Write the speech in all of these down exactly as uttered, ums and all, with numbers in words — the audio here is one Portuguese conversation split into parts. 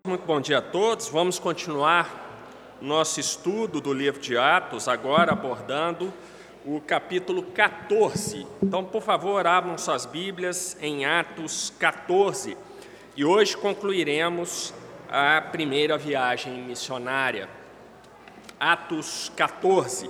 Muito bom dia a todos. Vamos continuar nosso estudo do livro de Atos, agora abordando o capítulo quatorze. Então, por favor, abram suas Bíblias em Atos quatorze. E hoje concluiremos a primeira viagem missionária. Atos quatorze.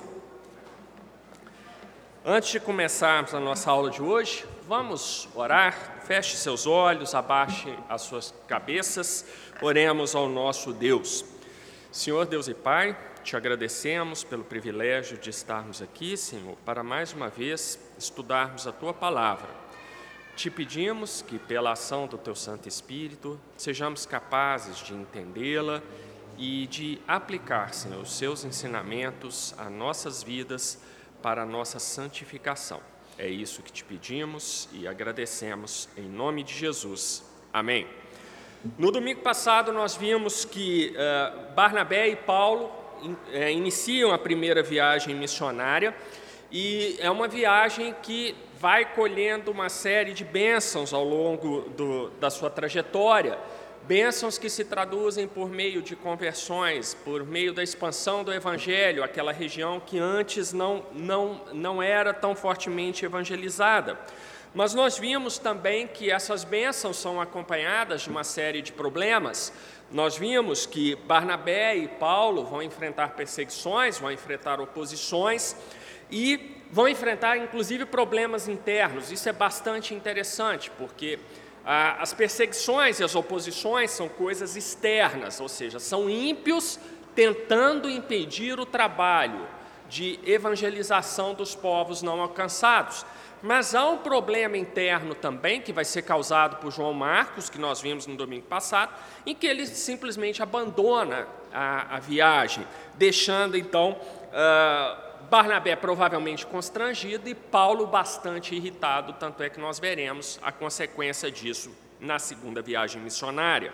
Antes de começarmos a nossa aula de hoje, vamos orar. Feche seus olhos, abaixe as suas cabeças, oremos ao nosso Deus. Senhor Deus e Pai, te agradecemos pelo privilégio de estarmos aqui, Senhor, para mais uma vez estudarmos a Tua Palavra. Te pedimos que, pela ação do Teu Santo Espírito, sejamos capazes de entendê-la e de aplicar, Senhor, os Seus ensinamentos a nossas vidas para a nossa santificação. É isso que te pedimos e agradecemos em nome de Jesus. Amém. No domingo passado nós vimos que uh, Barnabé e Paulo in, uh, iniciam a primeira viagem missionária e é uma viagem que vai colhendo uma série de bênçãos ao longo do, da sua trajetória. Bênçãos que se traduzem por meio de conversões, por meio da expansão do Evangelho, aquela região que antes não, não, não era tão fortemente evangelizada. Mas nós vimos também que essas bênçãos são acompanhadas de uma série de problemas. Nós vimos que Barnabé e Paulo vão enfrentar perseguições, vão enfrentar oposições e vão enfrentar inclusive problemas internos. Isso é bastante interessante, porque as perseguições e as oposições são coisas externas, ou seja, são ímpios tentando impedir o trabalho de evangelização dos povos não alcançados. Mas há um problema interno também, que vai ser causado por João Marcos, que nós vimos no domingo passado, em que ele simplesmente abandona a, a viagem, deixando então Uh, Barnabé provavelmente constrangido e Paulo bastante irritado, tanto é que nós veremos a consequência disso na segunda viagem missionária.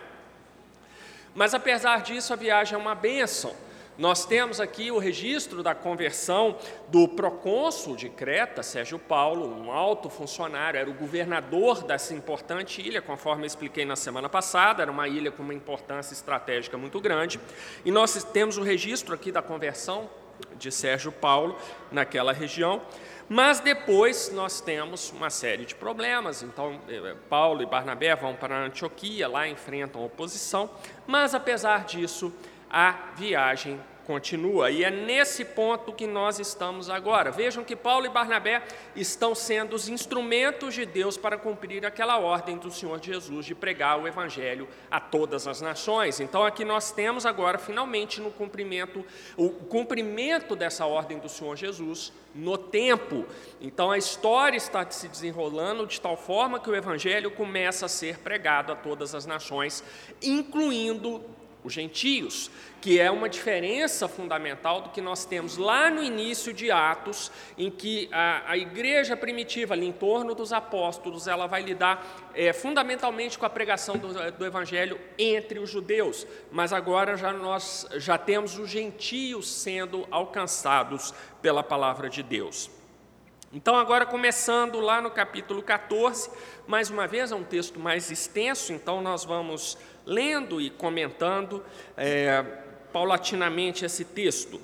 Mas apesar disso, a viagem é uma bênção. Nós temos aqui o registro da conversão do procônsul de Creta, Sérgio Paulo, um alto funcionário, era o governador dessa importante ilha, conforme eu expliquei na semana passada, era uma ilha com uma importância estratégica muito grande. E nós temos o registro aqui da conversão de Sérgio Paulo naquela região, mas depois nós temos uma série de problemas. Então Paulo e Barnabé vão para Antioquia, lá enfrentam oposição, mas apesar disso a viagem continua, e é nesse ponto que nós estamos agora. Vejam que Paulo e Barnabé estão sendo os instrumentos de Deus para cumprir aquela ordem do Senhor Jesus de pregar o Evangelho a todas as nações. Então aqui nós temos agora, finalmente, no cumprimento, o cumprimento dessa ordem do Senhor Jesus no tempo. Então a história está se desenrolando de tal forma que o Evangelho começa a ser pregado a todas as nações, incluindo os gentios, que é uma diferença fundamental do que nós temos lá no início de Atos, em que a, a igreja primitiva, ali em torno dos apóstolos, ela vai lidar é, fundamentalmente com a pregação do, do evangelho entre os judeus, mas agora já nós já temos os gentios sendo alcançados pela palavra de Deus. Então, agora começando lá no capítulo quatorze, mais uma vez é um texto mais extenso, então nós vamos lendo e comentando é, paulatinamente esse texto.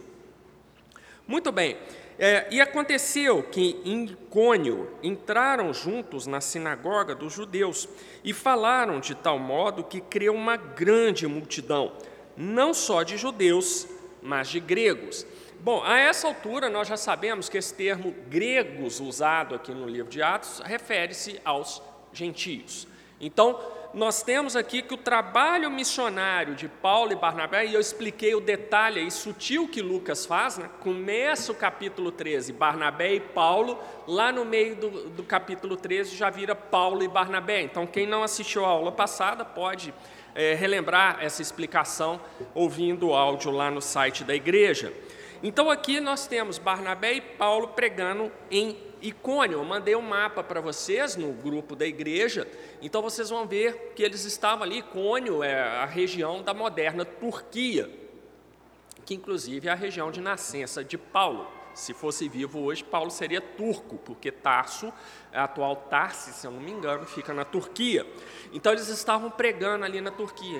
Muito bem, é, e aconteceu que em Icônio entraram juntos na sinagoga dos judeus e falaram de tal modo que creu uma grande multidão, não só de judeus, mas de gregos. Bom, a essa altura nós já sabemos que esse termo gregos usado aqui no livro de Atos refere-se aos gentios. Então, nós temos aqui que o trabalho missionário de Paulo e Barnabé, e eu expliquei o detalhe aí sutil que Lucas faz, né? Começa o capítulo treze, Barnabé e Paulo, lá no meio do, do capítulo treze já vira Paulo e Barnabé. Então, quem não assistiu à aula passada pode é, relembrar essa explicação ouvindo o áudio lá no site da igreja. Então aqui nós temos Barnabé e Paulo pregando em Icônio. Eu mandei um mapa para vocês no grupo da igreja, então vocês vão ver que eles estavam ali. Icônio é a região da moderna Turquia, que inclusive é a região de nascença de Paulo. Se fosse vivo hoje, Paulo seria turco, porque Tarso, a atual Tarsis, se eu não me engano, fica na Turquia. Então eles estavam pregando ali na Turquia, hein?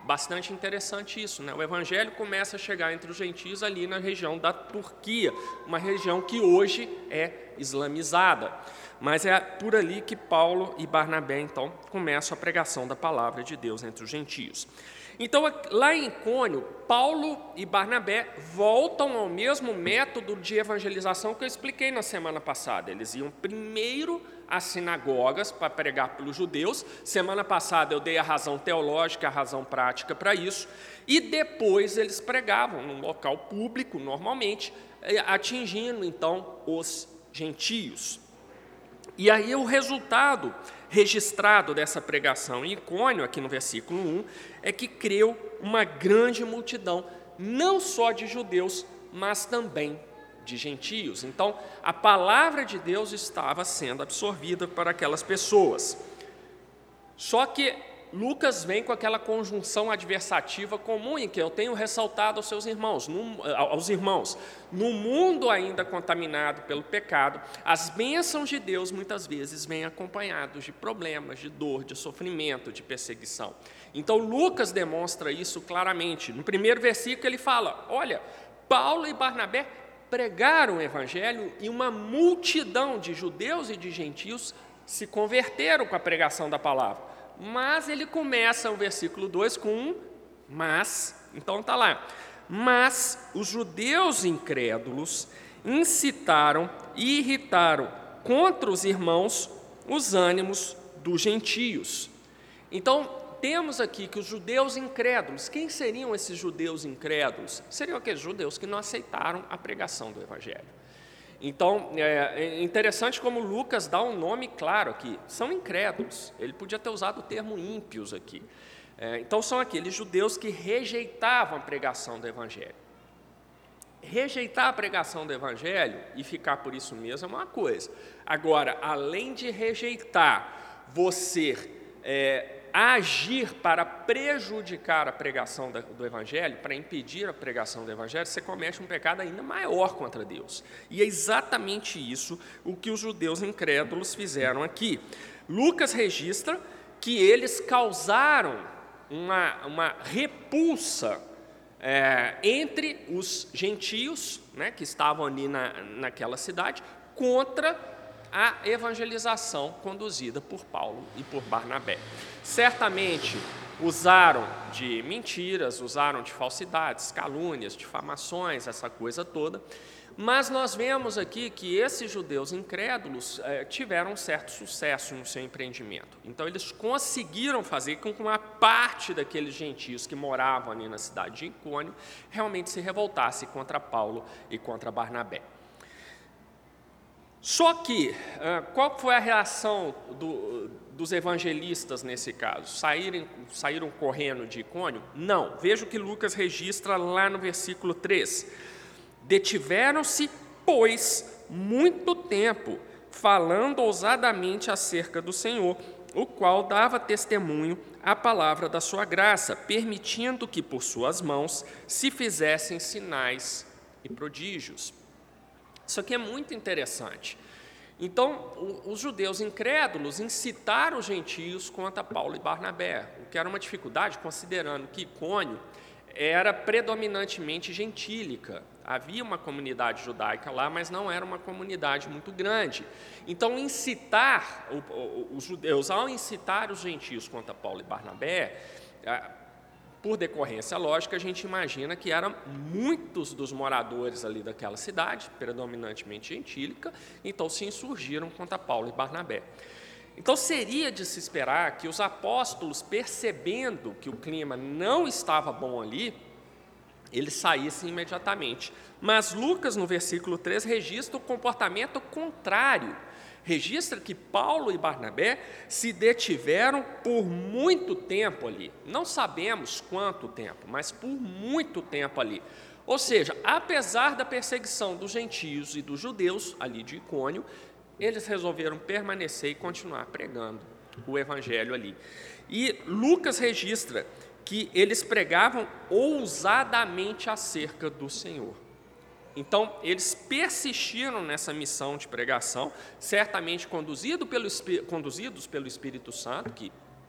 bastante interessante isso, né? O evangelho começa a chegar entre os gentios ali na região da Turquia, uma região que hoje é islamizada. Mas é por ali que Paulo e Barnabé, então, começam a pregação da palavra de Deus entre os gentios. Então, lá em Icônio, Paulo e Barnabé voltam ao mesmo método de evangelização que eu expliquei na semana passada. Eles iam primeiro às sinagogas para pregar pelos judeus. Semana passada eu dei a razão teológica, a razão prática para isso. E depois eles pregavam num local público, normalmente, atingindo, então, os gentios. E aí o resultado registrado dessa pregação em Icônio, aqui no versículo um, é que creu uma grande multidão, não só de judeus, mas também de gentios. Então, a palavra de Deus estava sendo absorvida para aquelas pessoas. Só que Lucas vem com aquela conjunção adversativa comum em que eu tenho ressaltado aos seus irmãos, no, aos irmãos, no mundo ainda contaminado pelo pecado, as bênçãos de Deus muitas vezes vêm acompanhados de problemas, de dor, de sofrimento, de perseguição. Então Lucas demonstra isso claramente. No primeiro versículo ele fala, olha, Paulo e Barnabé pregaram o evangelho e uma multidão de judeus e de gentios se converteram com a pregação da palavra. Mas ele começa o versículo dois com um mas, então está lá. Mas os judeus incrédulos incitaram e irritaram contra os irmãos os ânimos dos gentios. Então, temos aqui que os judeus incrédulos, quem seriam esses judeus incrédulos? Seriam aqueles judeus que não aceitaram a pregação do evangelho. Então, é interessante como Lucas dá um nome claro aqui, são incrédulos, ele podia ter usado o termo ímpios aqui. É, então, são aqueles judeus que rejeitavam a pregação do Evangelho. Rejeitar a pregação do Evangelho e ficar por isso mesmo é uma coisa. Agora, além de rejeitar, você é, agir para prejudicar a pregação do Evangelho, para impedir a pregação do Evangelho, você comete um pecado ainda maior contra Deus. E é exatamente isso o que os judeus incrédulos fizeram aqui. Lucas registra que eles causaram uma, uma repulsa é, entre os gentios, né, que estavam ali na, naquela cidade, contra a evangelização conduzida por Paulo e por Barnabé. Certamente usaram de mentiras, usaram de falsidades, calúnias, difamações, essa coisa toda, mas nós vemos aqui que esses judeus incrédulos eh, tiveram um certo sucesso no seu empreendimento. Então, eles conseguiram fazer com que uma parte daqueles gentios que moravam ali na cidade de Icônio realmente se revoltasse contra Paulo e contra Barnabé. Só que, qual foi a reação do, dos evangelistas nesse caso? Saíram, saíram correndo de Icônio? Não. Veja o que Lucas registra lá no versículo três. Detiveram-se, pois, muito tempo, falando ousadamente acerca do Senhor, o qual dava testemunho à palavra da sua graça, permitindo que por suas mãos se fizessem sinais e prodígios. Isso aqui é muito interessante. Então, os judeus incrédulos incitaram os gentios contra Paulo e Barnabé, o que era uma dificuldade, considerando que Icônio era predominantemente gentílica. Havia uma comunidade judaica lá, mas não era uma comunidade muito grande. Então, incitar os judeus, ao incitar os gentios contra Paulo e Barnabé, por decorrência lógica, a gente imagina que eram muitos dos moradores ali daquela cidade, predominantemente gentílica, então se insurgiram contra Paulo e Barnabé. Então seria de se esperar que os apóstolos, percebendo que o clima não estava bom ali, eles saíssem imediatamente. Mas Lucas, no versículo três, registra o comportamento contrário. Registra que Paulo e Barnabé se detiveram por muito tempo ali. Não sabemos quanto tempo, mas por muito tempo ali. Ou seja, apesar da perseguição dos gentios e dos judeus ali de Icônio, eles resolveram permanecer e continuar pregando o evangelho ali. E Lucas registra que eles pregavam ousadamente acerca do Senhor. Então, eles persistiram nessa missão de pregação, certamente conduzido pelo, conduzidos pelo Espírito Santo, que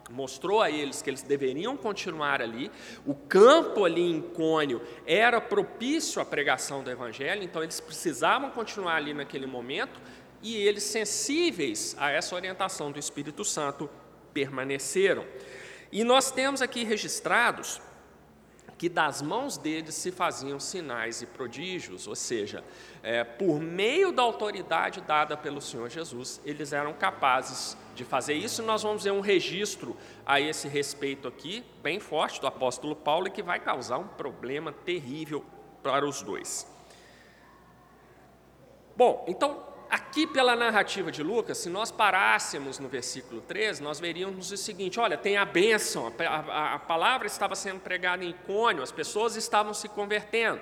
mostrou a eles que eles deveriam continuar ali. O campo ali em Icônio era propício à pregação do Evangelho, então eles precisavam continuar ali naquele momento, e eles, sensíveis a essa orientação do Espírito Santo, permaneceram. E nós temos aqui registrados que das mãos deles se faziam sinais e prodígios, ou seja, é, por meio da autoridade dada pelo Senhor Jesus, eles eram capazes de fazer isso. Nós vamos ver um registro a esse respeito aqui, bem forte, do apóstolo Paulo, e que vai causar um problema terrível para os dois. Bom, então, aqui pela narrativa de Lucas, se nós parássemos no versículo treze, nós veríamos o seguinte: olha, tem a bênção, a, a, a palavra estava sendo pregada em Icônio, as pessoas estavam se convertendo.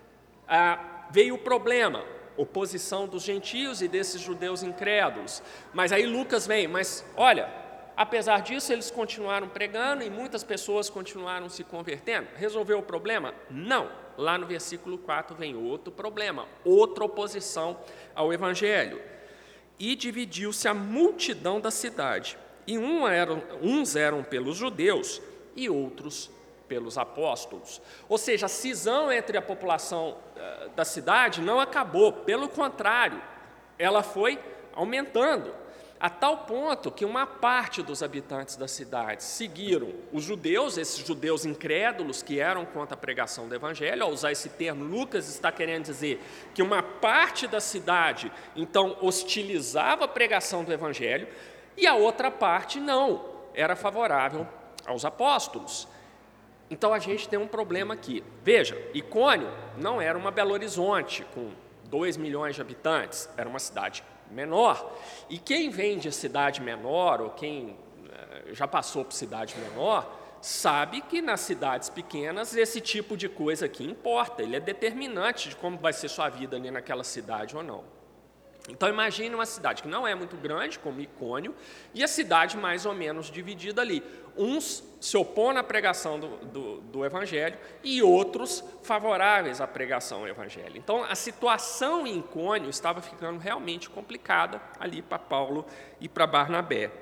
Ah, veio o problema, oposição dos gentios e desses judeus incrédulos. Mas aí Lucas vem, mas olha, apesar disso eles continuaram pregando e muitas pessoas continuaram se convertendo. Resolveu o problema? Não. Lá no versículo quatro vem outro problema, outra oposição ao Evangelho. E dividiu-se a multidão da cidade, e um eram, uns eram pelos judeus e outros pelos apóstolos. Ou seja, a cisão entre a população uh, da cidade não acabou, pelo contrário, ela foi aumentando, a tal ponto que uma parte dos habitantes da cidade seguiram os judeus, esses judeus incrédulos que eram contra a pregação do Evangelho. Ao usar esse termo, Lucas está querendo dizer que uma parte da cidade, então, hostilizava a pregação do Evangelho, e a outra parte não, era favorável aos apóstolos. Então, a gente tem um problema aqui. Veja, Icônio não era uma Belo Horizonte, com dois milhões de habitantes, era uma cidade menor, e quem vem de cidade menor, ou quem já passou por cidade menor, sabe que nas cidades pequenas esse tipo de coisa aqui importa, ele é determinante de como vai ser sua vida ali naquela cidade ou não. Então imagine uma cidade que não é muito grande, como Icônio, e a cidade mais ou menos dividida ali. Uns se opõem à pregação do, do, do Evangelho e outros favoráveis à pregação do Evangelho. Então a situação em Icônio estava ficando realmente complicada ali para Paulo e para Barnabé.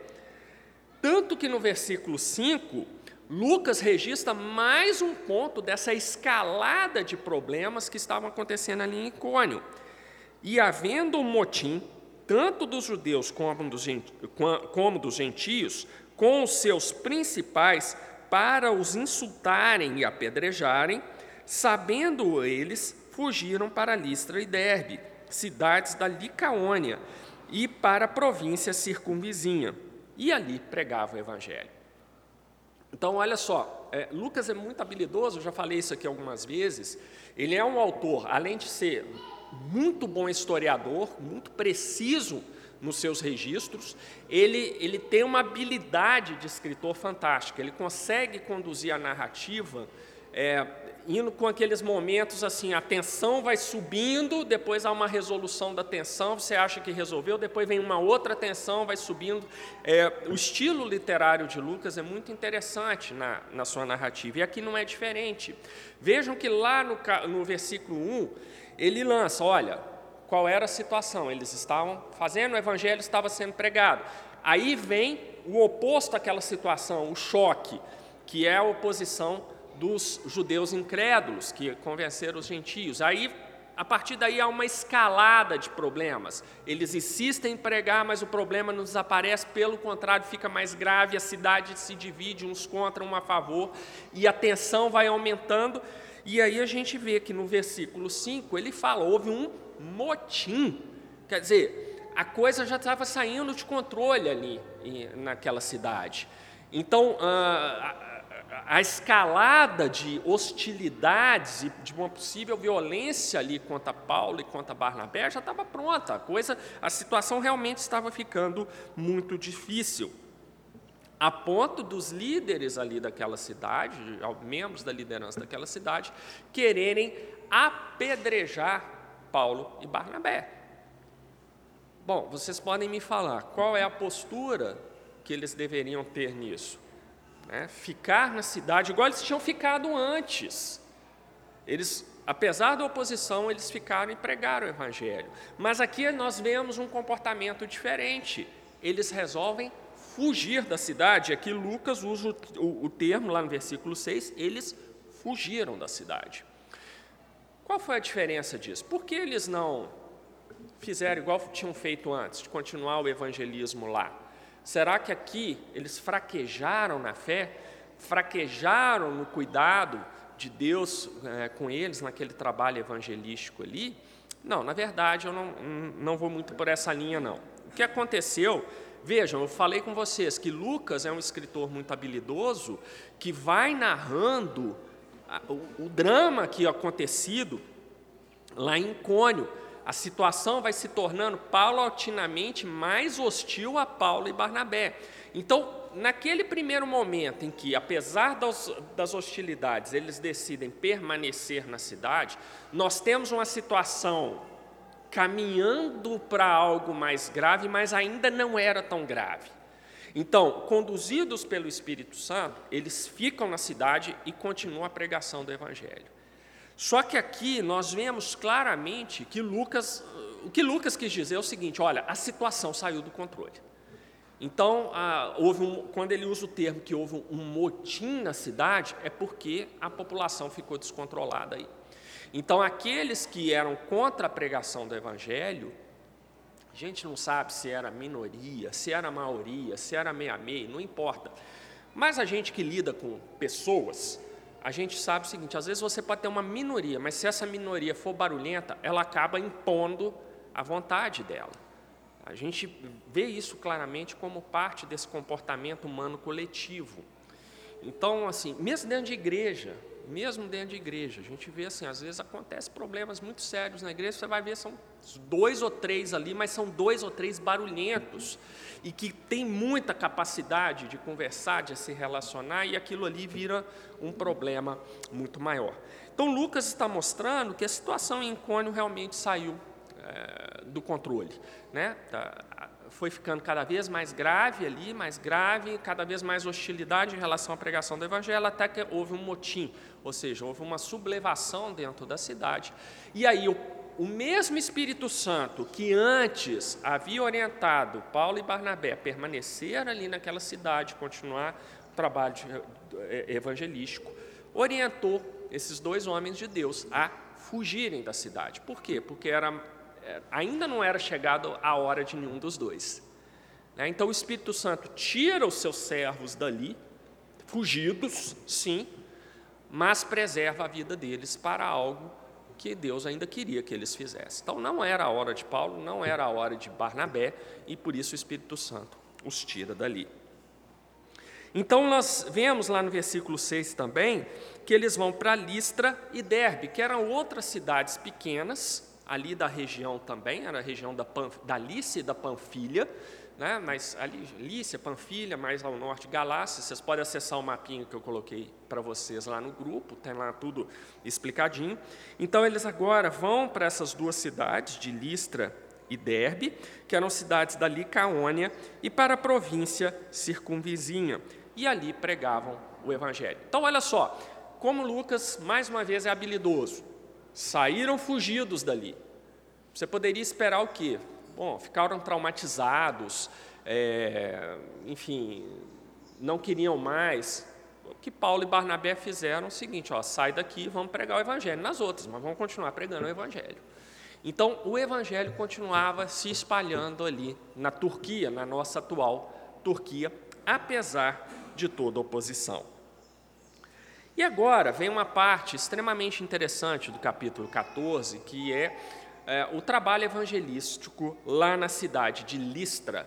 Tanto que no versículo cinco, Lucas registra mais um ponto dessa escalada de problemas que estavam acontecendo ali em Icônio. E havendo um motim, tanto dos judeus como dos, como dos gentios, com os seus principais, para os insultarem e apedrejarem, sabendo eles, fugiram para Listra e Derbe, cidades da Licaônia, e para a província circunvizinha, e ali pregavam o Evangelho. Então, olha só, é, Lucas é muito habilidoso, eu já falei isso aqui algumas vezes. Ele é um autor, além de ser muito bom historiador, muito preciso nos seus registros, ele, ele tem uma habilidade de escritor fantástica, ele consegue conduzir a narrativa, é, indo com aqueles momentos assim, a tensão vai subindo, depois há uma resolução da tensão, você acha que resolveu, depois vem uma outra tensão, vai subindo. É, o estilo literário de Lucas é muito interessante na, na sua narrativa, e aqui não é diferente. Vejam que lá no, no versículo um, ele lança, olha, qual era a situação, eles estavam fazendo, o Evangelho estava sendo pregado. Aí vem o oposto àquela situação, o choque, que é a oposição dos judeus incrédulos, que convenceram os gentios. Aí, a partir daí, há uma escalada de problemas. Eles insistem em pregar, mas o problema não desaparece, pelo contrário, fica mais grave, a cidade se divide, uns contra, um a favor, e a tensão vai aumentando. E aí a gente vê que no versículo cinco, ele fala, houve um motim. Quer dizer, a coisa já estava saindo de controle ali naquela cidade. Então, a, a escalada de hostilidades e de uma possível violência ali contra Paulo e contra Barnabé já estava pronta. A coisa, a situação realmente estava ficando muito difícil, a ponto dos líderes ali daquela cidade, membros da liderança daquela cidade, quererem apedrejar Paulo e Barnabé. Bom, vocês podem me falar, qual é a postura que eles deveriam ter nisso? É, ficar na cidade, igual eles tinham ficado antes. Eles, apesar da oposição, eles ficaram e pregaram o Evangelho. Mas aqui nós vemos um comportamento diferente. Eles resolvem fugir da cidade. Aqui Lucas usa o, o, o termo, lá no versículo seis, eles fugiram da cidade. Qual foi a diferença disso? Por que eles não fizeram igual tinham feito antes, de continuar o evangelismo lá? Será que aqui eles fraquejaram na fé, fraquejaram no cuidado de Deus é, com eles, naquele trabalho evangelístico ali? Não, na verdade, eu não, não vou muito por essa linha, não. O que aconteceu, vejam, eu falei com vocês que Lucas é um escritor muito habilidoso, que vai narrando a, o, o drama que acontecido lá em Icônio. A situação vai se tornando paulatinamente mais hostil a Paulo e Barnabé. Então, naquele primeiro momento em que, apesar das, das hostilidades, eles decidem permanecer na cidade, nós temos uma situação caminhando para algo mais grave, mas ainda não era tão grave. Então, conduzidos pelo Espírito Santo, eles ficam na cidade e continuam a pregação do Evangelho. Só que aqui nós vemos claramente que Lucas, o que Lucas quis dizer é o seguinte: olha, a situação saiu do controle. Então, ah, houve um, quando ele usa o termo que houve um motim na cidade, é porque a população ficou descontrolada aí. Então, aqueles que eram contra a pregação do Evangelho, a gente não sabe se era minoria, se era maioria, se era meia-meia, não importa. Mas a gente que lida com pessoas, a gente sabe o seguinte: às vezes você pode ter uma minoria, mas se essa minoria for barulhenta, ela acaba impondo a vontade dela. A gente vê isso claramente como parte desse comportamento humano coletivo. Então, assim, mesmo dentro de igreja, mesmo dentro de igreja, a gente vê assim, às vezes acontecem problemas muito sérios na igreja, você vai ver, são dois ou três ali, mas são dois ou três barulhentos, e que tem muita capacidade de conversar, de se relacionar, e aquilo ali vira um problema muito maior. Então, Lucas está mostrando que a situação em Icônio realmente saiu é, do controle, né? Foi ficando cada vez mais grave ali, mais grave, cada vez mais hostilidade em relação à pregação do Evangelho, até que houve um motim, ou seja, houve uma sublevação dentro da cidade. E aí o, o mesmo Espírito Santo que antes havia orientado Paulo e Barnabé a permanecer ali naquela cidade, continuar o trabalho evangelístico, orientou esses dois homens de Deus a fugirem da cidade. Por quê? Porque era ainda não era chegado a hora de nenhum dos dois. Então o Espírito Santo tira os seus servos dali, fugidos, sim, mas preserva a vida deles para algo que Deus ainda queria que eles fizessem. Então não era a hora de Paulo, não era a hora de Barnabé, e por isso o Espírito Santo os tira dali. Então nós vemos lá no versículo seis também, que eles vão para Listra e Derbe, que eram outras cidades pequenas, ali da região também, era a região da, Panf, da Lícia e da Panfilha, né? Mas ali, Lícia, Panfilha, mais ao norte, Galácia. Vocês podem acessar o mapinha que eu coloquei para vocês lá no grupo, tem lá tudo explicadinho. Então, eles agora vão para essas duas cidades, de Listra e Derbe, que eram cidades da Licaônia, e para a província circunvizinha, e ali pregavam o Evangelho. Então, olha só, como Lucas, mais uma vez, é habilidoso. Saíram fugidos dali. Você poderia esperar o quê? Bom, ficaram traumatizados, é, enfim, não queriam mais. O que Paulo e Barnabé fizeram é o seguinte: ó, sai daqui, vamos pregar o Evangelho nas outras, mas vamos continuar pregando o Evangelho. Então, o Evangelho continuava se espalhando ali na Turquia, na nossa atual Turquia, apesar de toda oposição. E agora vem uma parte extremamente interessante do capítulo quatorze, que é, é o trabalho evangelístico lá na cidade de Listra.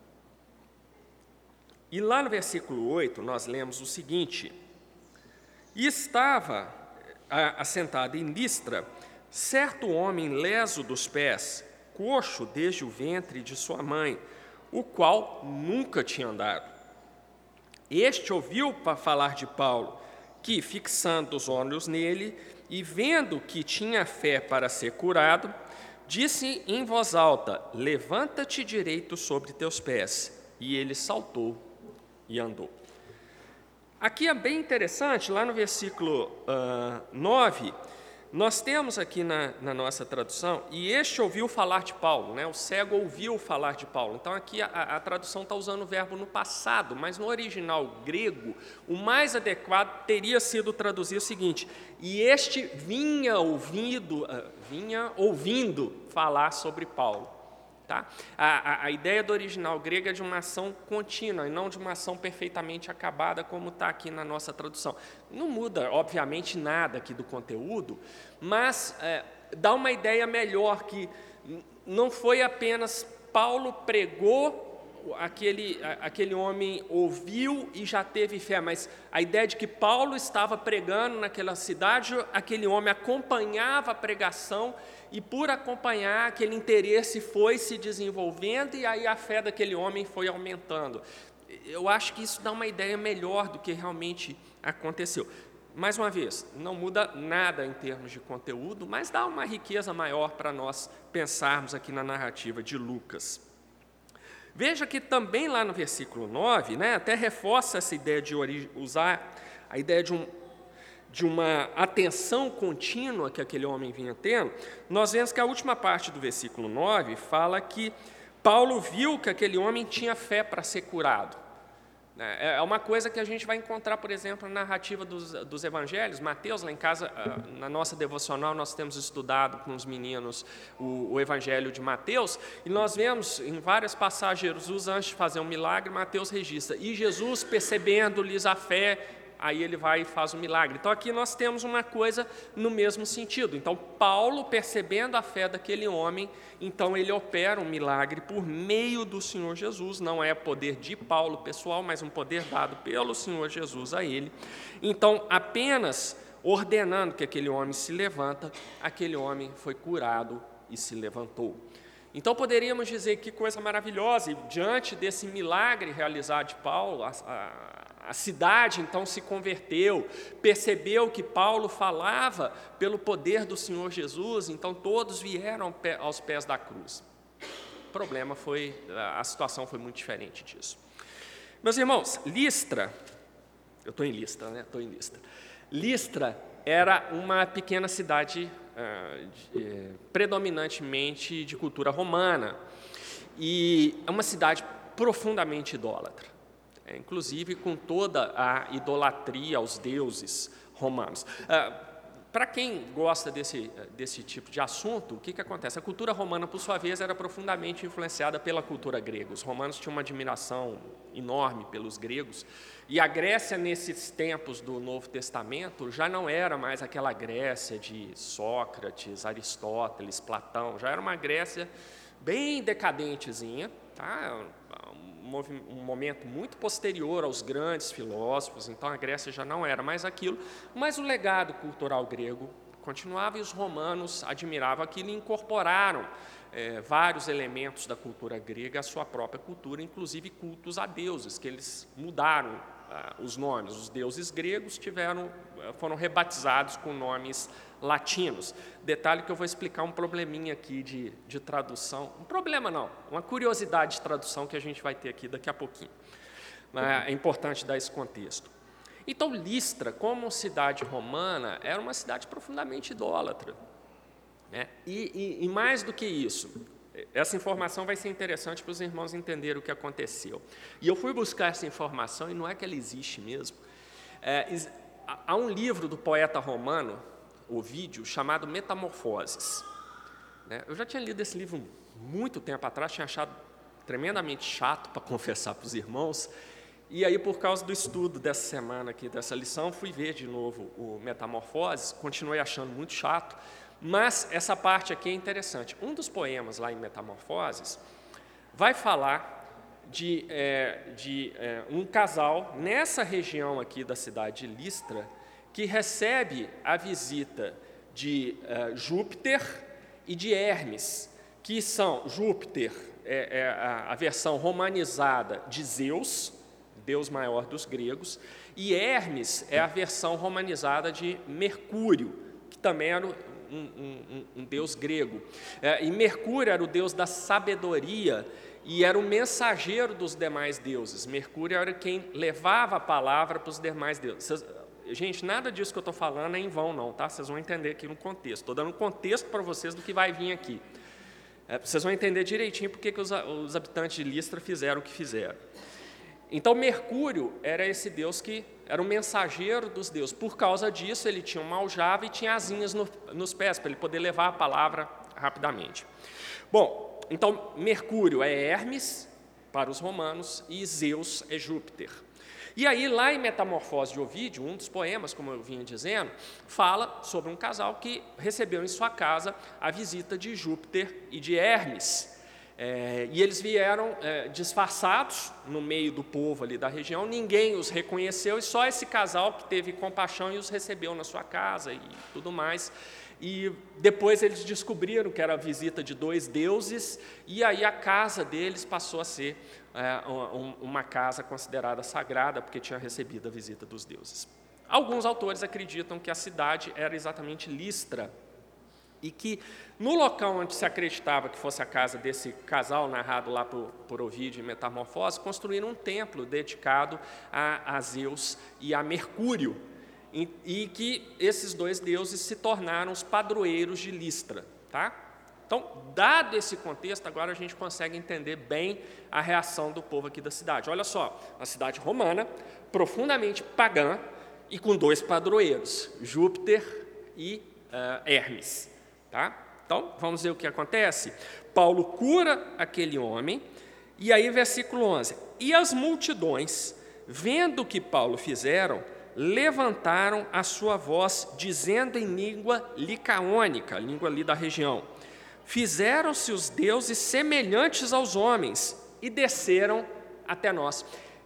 E lá no versículo oito, nós lemos o seguinte: E estava assentado em Listra certo homem leso dos pés, coxo desde o ventre de sua mãe, o qual nunca tinha andado. Este ouviu para falar de Paulo, que, fixando os olhos nele e vendo que tinha fé para ser curado, disse em voz alta: levanta-te direito sobre teus pés. E ele saltou e andou. Aqui é bem interessante, lá no versículo uh, nove, Nós temos aqui na, na nossa tradução, e este ouviu falar de Paulo, né? O cego ouviu falar de Paulo. Então, aqui a, a tradução está usando o verbo no passado, mas no original grego, o mais adequado teria sido traduzir o seguinte: e este vinha ouvindo, vinha ouvindo falar sobre Paulo. Tá? A, a, a ideia do original grego é de uma ação contínua e não de uma ação perfeitamente acabada, como está aqui na nossa tradução. Não muda, obviamente, nada aqui do conteúdo, mas é, dá uma ideia melhor, que não foi apenas Paulo pregou, aquele, aquele homem ouviu e já teve fé, mas a ideia de que Paulo estava pregando naquela cidade, aquele homem acompanhava a pregação, e por acompanhar, aquele interesse foi se desenvolvendo, e aí a fé daquele homem foi aumentando. Eu acho que isso dá uma ideia melhor do que realmente aconteceu. Mais uma vez, não muda nada em termos de conteúdo, mas dá uma riqueza maior para nós pensarmos aqui na narrativa de Lucas. Veja que também lá no versículo nove, né, até reforça essa ideia de usar a ideia de, um, de uma atenção contínua que aquele homem vinha tendo. Nós vemos que a última parte do versículo nove fala que Paulo viu que aquele homem tinha fé para ser curado. É uma coisa que a gente vai encontrar, por exemplo, na narrativa dos, dos evangelhos. Mateus, lá em casa, na nossa devocional, nós temos estudado com os meninos o, o evangelho de Mateus, e nós vemos em várias passagens, Jesus, antes de fazer um milagre, Mateus registra, e Jesus, percebendo-lhes a fé, aí ele vai e faz o milagre. Então, aqui nós temos uma coisa no mesmo sentido. Então, Paulo, percebendo a fé daquele homem, então ele opera um milagre por meio do Senhor Jesus. Não é poder de Paulo pessoal, mas um poder dado pelo Senhor Jesus a ele. Então, apenas ordenando que aquele homem se levanta, aquele homem foi curado e se levantou. Então, poderíamos dizer que coisa maravilhosa, e diante desse milagre realizado de Paulo, a, a, a cidade então se converteu, percebeu que Paulo falava pelo poder do Senhor Jesus, então todos vieram aos pés da cruz. O problema foi, a situação foi muito diferente disso. Meus irmãos, Listra, eu estou em Listra, né? Estou em Listra. Listra era uma pequena cidade Uh, de, eh, predominantemente de cultura romana, e é uma cidade profundamente idólatra, é, inclusive com toda a idolatria aos deuses romanos. Uh, Para quem gosta desse, desse tipo de assunto, o que, que acontece? A cultura romana, por sua vez, era profundamente influenciada pela cultura grega. Os romanos tinham uma admiração enorme pelos gregos, e a Grécia, nesses tempos do Novo Testamento, já não era mais aquela Grécia de Sócrates, Aristóteles, Platão, já era uma Grécia bem decadentezinha, tá? um momento muito posterior aos grandes filósofos, então a Grécia já não era mais aquilo, mas o legado cultural grego continuava, e os romanos admiravam aquilo e incorporaram é, vários elementos da cultura grega à sua própria cultura, inclusive cultos a deuses, que eles mudaram ah, os nomes. Os deuses gregos tiveram, foram rebatizados com nomes latinos. Detalhe que eu vou explicar um probleminha aqui de, de tradução, um problema não, uma curiosidade de tradução que a gente vai ter aqui daqui a pouquinho. É importante dar esse contexto. Então, Listra, como cidade romana, era uma cidade profundamente idólatra, né? E, e, e mais do que isso, essa informação vai ser interessante para os irmãos entenderem o que aconteceu. E eu fui buscar essa informação, e não é que ela existe mesmo. É, há um livro do poeta romano, Ovídio, chamado Metamorfoses. Né? Eu já tinha lido esse livro muito tempo atrás, tinha achado tremendamente chato, para confessar para os irmãos, e aí, por causa do estudo dessa semana aqui, dessa lição, fui ver de novo o Metamorfoses, continuei achando muito chato, mas essa parte aqui é interessante. Um dos poemas lá em Metamorfoses vai falar de, é, de é, um casal nessa região aqui da cidade de Listra, que recebe a visita de uh, Júpiter e de Hermes, que são, Júpiter é, é a, a versão romanizada de Zeus, deus maior dos gregos, e Hermes é a versão romanizada de Mercúrio, que também era um, um, um deus grego. É, e Mercúrio era o deus da sabedoria e era o mensageiro dos demais deuses. Mercúrio era quem levava a palavra para os demais deuses. gente, nada disso que eu estou falando é em vão, não, tá? Vocês vão entender aqui no contexto. Estou dando um contexto para vocês do que vai vir aqui. É, vocês vão entender direitinho porque que os, os habitantes de Listra fizeram o que fizeram. Então, Mercúrio era esse deus que era o mensageiro dos deuses. Por causa disso, ele tinha uma aljava e tinha asinhas no, nos pés, para ele poder levar a palavra rapidamente. Bom, então, Mercúrio é Hermes, para os romanos, e Zeus é Júpiter. E aí, lá em Metamorfose de Ovídio, um dos poemas, como eu vinha dizendo, fala sobre um casal que recebeu em sua casa a visita de Júpiter e de Hermes. É, e eles vieram é, disfarçados no meio do povo ali da região, ninguém os reconheceu, e só esse casal que teve compaixão e os recebeu na sua casa e tudo mais. E depois eles descobriram que era a visita de dois deuses, e aí a casa deles passou a ser é, uma casa considerada sagrada, porque tinha recebido a visita dos deuses. Alguns autores acreditam que a cidade era exatamente Listra, e que no local onde se acreditava que fosse a casa desse casal, narrado lá por, por Ovídio em Metamorfose, construíram um templo dedicado a, a Zeus e a Mercúrio, e, e que esses dois deuses se tornaram os padroeiros de Listra. Tá? Então, dado esse contexto, agora a gente consegue entender bem a reação do povo aqui da cidade. Olha só, a cidade romana, profundamente pagã, e com dois padroeiros, Júpiter e uh, Hermes. Tá? Então, vamos ver o que acontece. Paulo cura aquele homem, e aí, versículo onze. E as multidões, vendo o que Paulo fizeram, levantaram a sua voz, dizendo em língua licaônica, língua ali da região: fizeram-se os deuses semelhantes aos homens, e desceram até nós.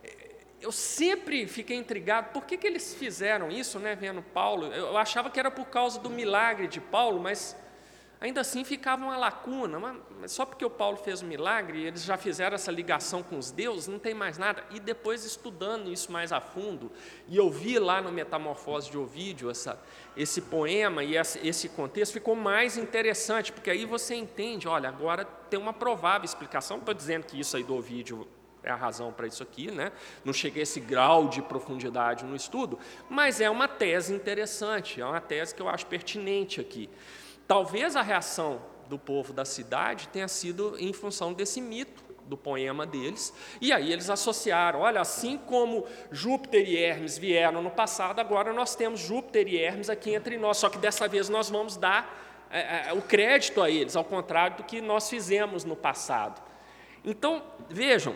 Eu sempre fiquei intrigado, por que, que eles fizeram isso, né, vendo Paulo? Eu achava que era por causa do milagre de Paulo, mas ainda assim ficava uma lacuna. Mas só porque o Paulo fez o milagre, eles já fizeram essa ligação com os deuses, não tem mais nada. E depois, estudando isso mais a fundo, e eu vi lá no Metamorfose de Ovídio essa, esse poema e esse contexto, ficou mais interessante, porque aí você entende, olha, agora tem uma provável explicação. Não estou dizendo que isso aí do Ovídio é a razão para isso aqui, né? Não cheguei a esse grau de profundidade no estudo, mas é uma tese interessante, é uma tese que eu acho pertinente aqui. Talvez a reação do povo da cidade tenha sido em função desse mito do poema deles, e aí eles associaram, olha, assim como Júpiter e Hermes vieram no passado, agora nós temos Júpiter e Hermes aqui entre nós, só que dessa vez nós vamos dar é, é, o crédito a eles, ao contrário do que nós fizemos no passado. Então, vejam,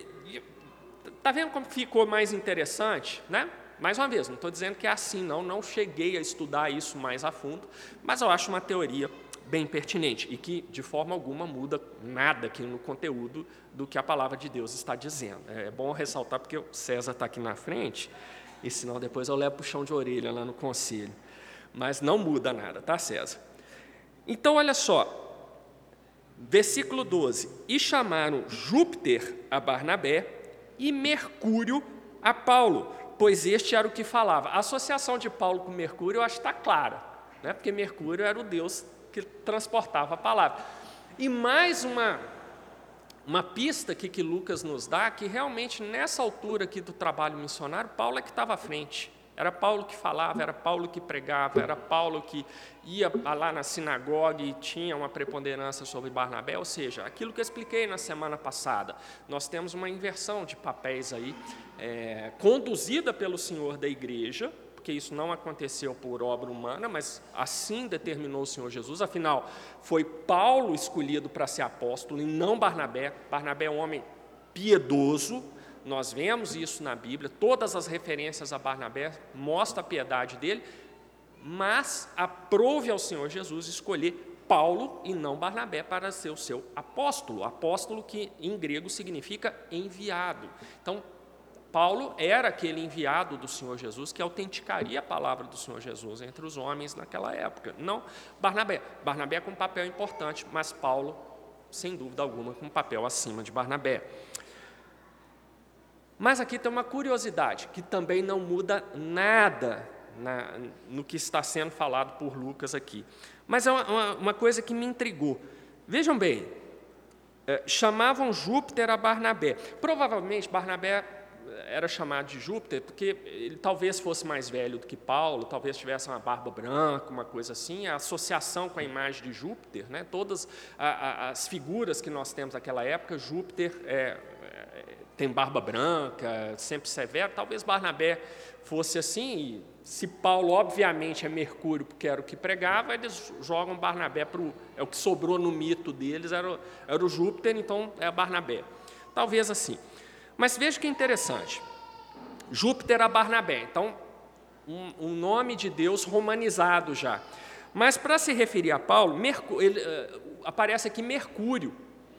está vendo como ficou mais interessante, né? Mais uma vez, não estou dizendo que é assim, não, não cheguei a estudar isso mais a fundo, mas eu acho uma teoria bem pertinente e que, de forma alguma, muda nada aqui no conteúdo do que a palavra de Deus está dizendo. É bom ressaltar, porque o César está aqui na frente, e senão depois eu levo puxão de orelha lá no conselho. Mas não muda nada, tá, César? Então, olha só, versículo doze. E chamaram Júpiter a Barnabé e Mercúrio a Paulo, pois este era o que falava. A associação de Paulo com Mercúrio, eu acho que está clara, né? Porque Mercúrio era o deus que transportava a palavra. E mais uma, uma pista aqui que Lucas nos dá, que realmente nessa altura aqui do trabalho missionário, Paulo é que estava à frente. Era Paulo que falava, era Paulo que pregava, era Paulo que ia lá na sinagoga e tinha uma preponderância sobre Barnabé, ou seja, aquilo que eu expliquei na semana passada, nós temos uma inversão de papéis aí, é, conduzida pelo Senhor da igreja, porque isso não aconteceu por obra humana, mas assim determinou o Senhor Jesus, afinal, foi Paulo escolhido para ser apóstolo e não Barnabé. Barnabé é um homem piedoso, nós vemos isso na Bíblia, todas as referências a Barnabé mostram a piedade dele, mas aprove ao Senhor Jesus escolher Paulo e não Barnabé para ser o seu apóstolo, apóstolo que em grego significa enviado. Então, Paulo era aquele enviado do Senhor Jesus que autenticaria a palavra do Senhor Jesus entre os homens naquela época, não Barnabé. Barnabé com um papel importante, mas Paulo, sem dúvida alguma, com um papel acima de Barnabé. Mas aqui tem uma curiosidade, que também não muda nada na, no que está sendo falado por Lucas aqui. Mas é uma, uma coisa que me intrigou. Vejam bem, é, chamavam Júpiter a Barnabé. Provavelmente, Barnabé era chamado de Júpiter porque ele talvez fosse mais velho do que Paulo, talvez tivesse uma barba branca, uma coisa assim. A associação com a imagem de Júpiter, né, todas a, a, as figuras que nós temos naquela época, Júpiter é, é, tem barba branca, sempre severo. Talvez Barnabé fosse assim. E se Paulo, obviamente, é Mercúrio, porque era o que pregava, eles jogam Barnabé para o... É o que sobrou no mito deles, era, era o Júpiter, então é Barnabé. Talvez assim. Mas veja que interessante. Júpiter a Barnabé. Então, um, um nome de Deus romanizado já. Mas, para se referir a Paulo, Mercú- ele, uh, aparece aqui Mercúrio,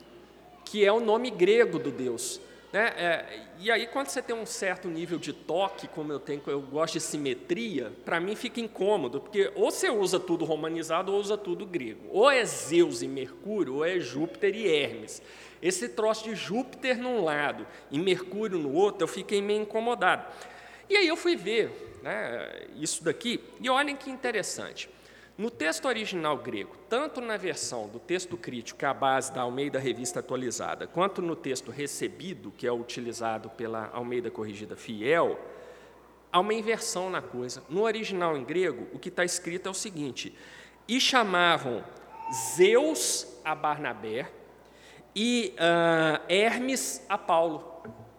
que é o nome grego do Deus. Né? É, e aí, quando você tem um certo nível de toque, como eu tenho, eu gosto de simetria, para mim fica incômodo, porque ou você usa tudo romanizado ou usa tudo grego. Ou é Zeus e Mercúrio, ou é Júpiter e Hermes. Esse troço de Júpiter num lado e Mercúrio no outro, eu fiquei meio incomodado. E aí eu fui ver, né, isso daqui, e olhem que interessante. No texto original grego, tanto na versão do texto crítico, que é a base da Almeida Revista Atualizada, quanto no texto recebido, que é utilizado pela Almeida Corrigida Fiel, há uma inversão na coisa. No original em grego, o que está escrito é o seguinte: e chamavam Zeus a Barnabé e uh, Hermes a Paulo.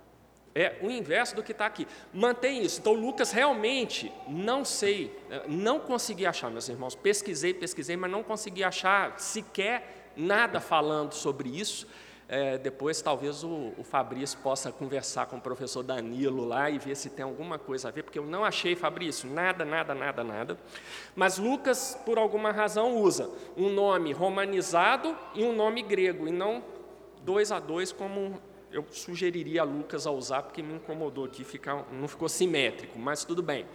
É o inverso do que está aqui. Mantém isso. Então, Lucas realmente, não sei, não consegui achar, meus irmãos, pesquisei, pesquisei, mas não consegui achar sequer nada falando sobre isso. É, depois, talvez, o, o Fabrício possa conversar com o professor Danilo lá e ver se tem alguma coisa a ver, porque eu não achei, Fabrício, nada, nada, nada, nada. Mas Lucas, por alguma razão, usa um nome romanizado e um nome grego, e não dois a dois, como eu sugeriria a Lucas a usar, porque me incomodou aqui, ficar, não ficou simétrico, mas tudo bem.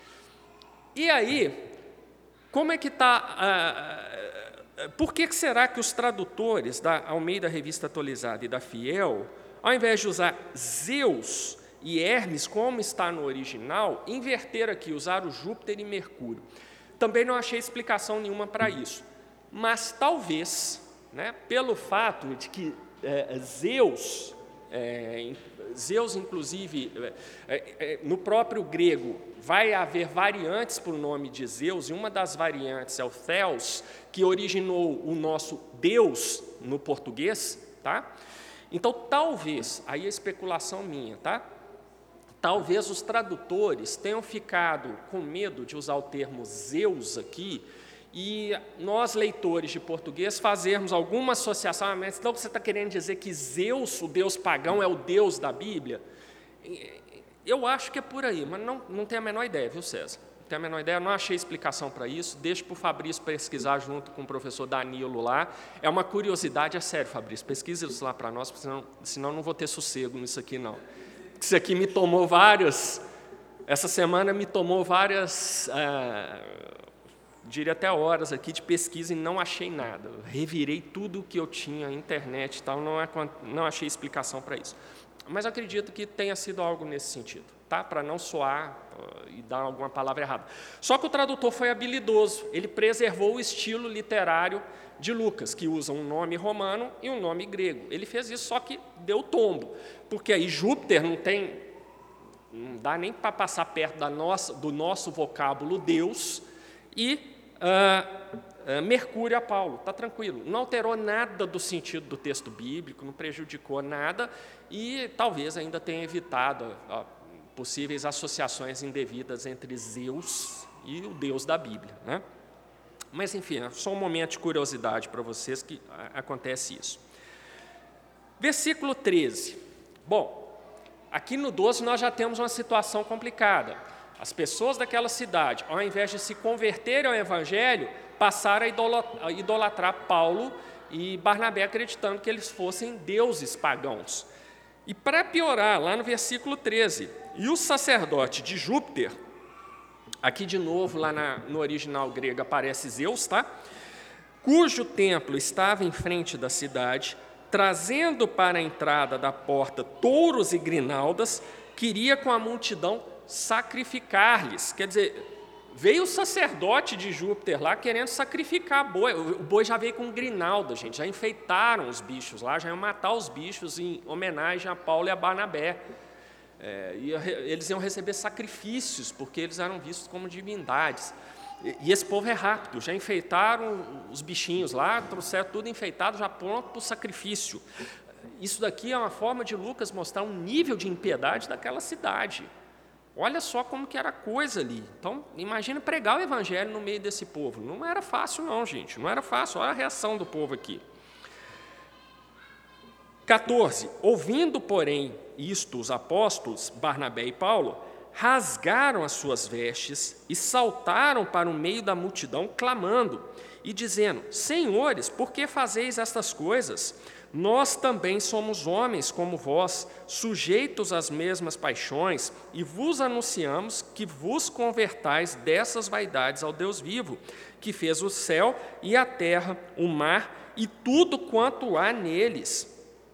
E aí, como é que está... Ah, por que será que os tradutores da Almeida Revista Atualizada e da Fiel, ao invés de usar Zeus e Hermes, como está no original, inverteram aqui, usaram Júpiter e Mercúrio? Também não achei explicação nenhuma para isso. Mas talvez, né, pelo fato de que é, Zeus... É, Zeus, inclusive, é, é, no próprio grego, vai haver variantes para o nome de Zeus, e uma das variantes é o Theos, que originou o nosso Deus no português, tá? Então, talvez, aí é especulação minha, tá? Talvez os tradutores tenham ficado com medo de usar o termo Zeus aqui, e nós, leitores de português, fazermos alguma associação. Mas então você está querendo dizer que Zeus, o deus pagão, é o deus da Bíblia? Eu acho que é por aí, mas não, não tenho a menor ideia, viu, César? Não tenho a menor ideia, não achei explicação para isso. Deixo para o Fabrício pesquisar junto com o professor Danilo lá. É uma curiosidade, é sério, Fabrício, pesquisa isso lá para nós, porque senão, senão não vou ter sossego nisso aqui, não. Isso aqui me tomou vários... Essa semana me tomou várias... Ah, diria até horas aqui de pesquisa e não achei nada. Eu revirei tudo que eu tinha, internet e tal, não, é, não achei explicação para isso. Mas acredito que tenha sido algo nesse sentido, tá? Para não soar uh, e dar alguma palavra errada. Só que o tradutor foi habilidoso, ele preservou o estilo literário de Lucas, que usa um nome romano e um nome grego. Ele fez isso, só que deu tombo, porque aí Júpiter não tem, não dá nem para passar perto da nossa, do nosso vocábulo Deus, e Uh, uh, Mercúrio a Paulo, está tranquilo, não alterou nada do sentido do texto bíblico, não prejudicou nada e talvez ainda tenha evitado uh, possíveis associações indevidas entre Zeus e o Deus da Bíblia, né? Mas, enfim, é só um momento de curiosidade para vocês que uh, acontece isso. Versículo treze. Bom, aqui no doze nós já temos uma situação complicada. As pessoas daquela cidade, ao invés de se converterem ao Evangelho, passaram a idolatrar Paulo e Barnabé, acreditando que eles fossem deuses pagãos. E para piorar, lá no versículo treze, e o sacerdote de Júpiter, aqui de novo, lá na, no original grego aparece Zeus, tá? Cujo templo estava em frente da cidade, trazendo para a entrada da porta touros e grinaldas, queria com a multidão sacrificar-lhes. Quer dizer, veio o sacerdote de Júpiter lá querendo sacrificar boi. O boi já veio com grinalda, gente, já enfeitaram os bichos lá, já iam matar os bichos em homenagem a Paulo e a Barnabé. é, eles iam receber sacrifícios, porque eles eram vistos como divindades. E esse povo é rápido, já enfeitaram os bichinhos lá, trouxeram tudo enfeitado, já pronto para o sacrifício. Isso daqui é uma forma de Lucas mostrar um nível de impiedade daquela cidade. Olha só como que era a coisa ali. Então, imagina pregar o evangelho no meio desse povo. Não era fácil não, gente, não era fácil. Olha a reação do povo aqui. quatorze. Ouvindo, porém, isto, os apóstolos, Barnabé e Paulo, rasgaram as suas vestes e saltaram para o meio da multidão, clamando e dizendo: Senhores, por que fazeis estas coisas? Nós também somos homens como vós, sujeitos às mesmas paixões, e vos anunciamos que vos convertais dessas vaidades ao Deus vivo, que fez o céu e a terra, o mar e tudo quanto há neles,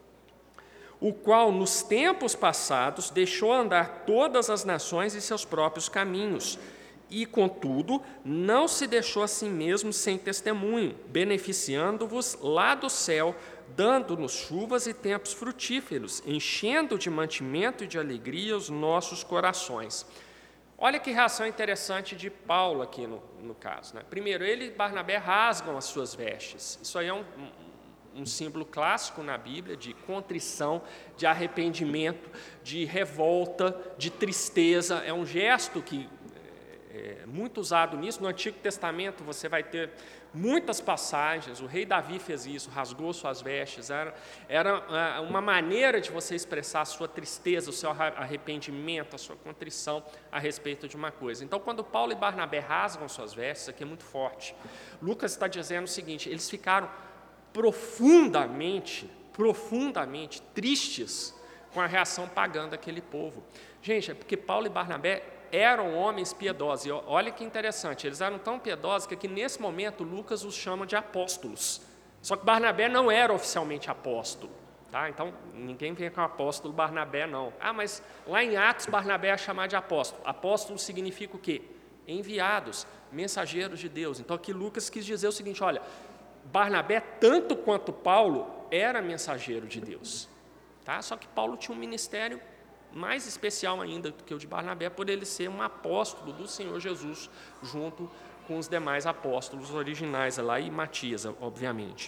o qual nos tempos passados deixou andar todas as nações em seus próprios caminhos, e, contudo, não se deixou a si mesmo sem testemunho, beneficiando-vos lá do céu, dando-nos chuvas e tempos frutíferos, enchendo de mantimento e de alegria os nossos corações. Olha que reação interessante de Paulo aqui no, no caso. Né? Primeiro, ele e Barnabé rasgam as suas vestes. Isso aí é um, um, um símbolo clássico na Bíblia de contrição, de arrependimento, de revolta, de tristeza. É um gesto que é muito usado nisso. No Antigo Testamento você vai ter muitas passagens, o rei Davi fez isso, rasgou suas vestes, era, era uma maneira de você expressar a sua tristeza, o seu arrependimento, a sua contrição a respeito de uma coisa. Então, quando Paulo e Barnabé rasgam suas vestes, isso aqui é muito forte. Lucas está dizendo o seguinte: eles ficaram profundamente, profundamente tristes com a reação pagã daquele povo. Gente, é porque Paulo e Barnabé eram homens piedosos. E olha que interessante, eles eram tão piedosos que aqui nesse momento Lucas os chama de apóstolos. Só que Barnabé não era oficialmente apóstolo. Tá? Então, ninguém vem com apóstolo Barnabé, não. Ah, mas lá em Atos, Barnabé é chamado de apóstolo. Apóstolo significa o quê? Enviados, mensageiros de Deus. Então, aqui Lucas quis dizer o seguinte: olha, Barnabé, tanto quanto Paulo, era mensageiro de Deus. Tá? Só que Paulo tinha um ministério mais especial ainda do que o de Barnabé, por ele ser um apóstolo do Senhor Jesus, junto com os demais apóstolos originais lá, e Matias, obviamente.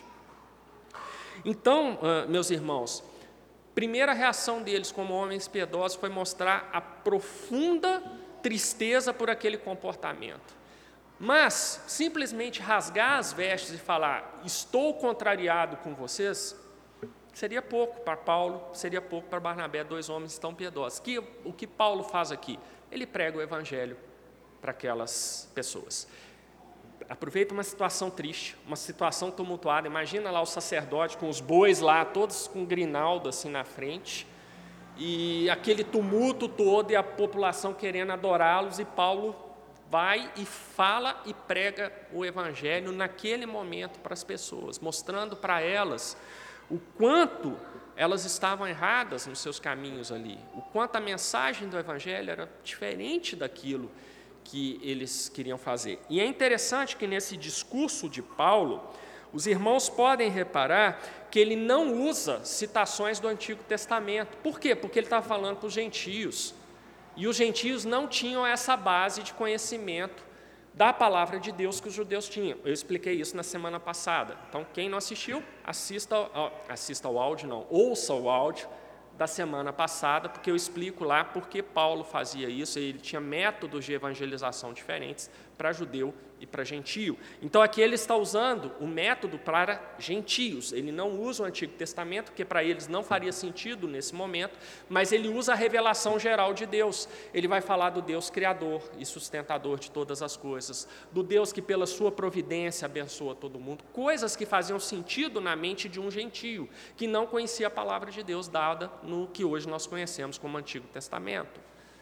Então, meus irmãos, primeira reação deles como homens piedosos foi mostrar a profunda tristeza por aquele comportamento. Mas, simplesmente rasgar as vestes e falar: estou contrariado com vocês, seria pouco para Paulo, seria pouco para Barnabé, dois homens tão piedosos. Que, o que Paulo faz aqui? Ele prega o evangelho para aquelas pessoas. Aproveita uma situação triste, uma situação tumultuada. Imagina lá o sacerdote com os bois lá, todos com grinalda assim na frente, e aquele tumulto todo e a população querendo adorá-los, e Paulo vai e fala e prega o evangelho naquele momento para as pessoas, mostrando para elas o quanto elas estavam erradas nos seus caminhos ali, o quanto a mensagem do evangelho era diferente daquilo que eles queriam fazer. E é interessante que nesse discurso de Paulo, os irmãos podem reparar que ele não usa citações do Antigo Testamento. Por quê? Porque ele está falando para os gentios, e os gentios não tinham essa base de conhecimento da palavra de Deus que os judeus tinham. Eu expliquei isso na semana passada. Então, quem não assistiu, assista, assista ao áudio, não, ouça o áudio da semana passada, porque eu explico lá por que Paulo fazia isso. Ele tinha métodos de evangelização diferentes para judeu e para gentio. Então, aqui ele está usando o método para gentios. Ele não usa o Antigo Testamento, porque para eles não faria sentido nesse momento, mas ele usa a revelação geral de Deus. Ele vai falar do Deus criador e sustentador de todas as coisas, do Deus que pela sua providência abençoa todo mundo, coisas que faziam sentido na mente de um gentio, que não conhecia a palavra de Deus dada no que hoje nós conhecemos como Antigo Testamento.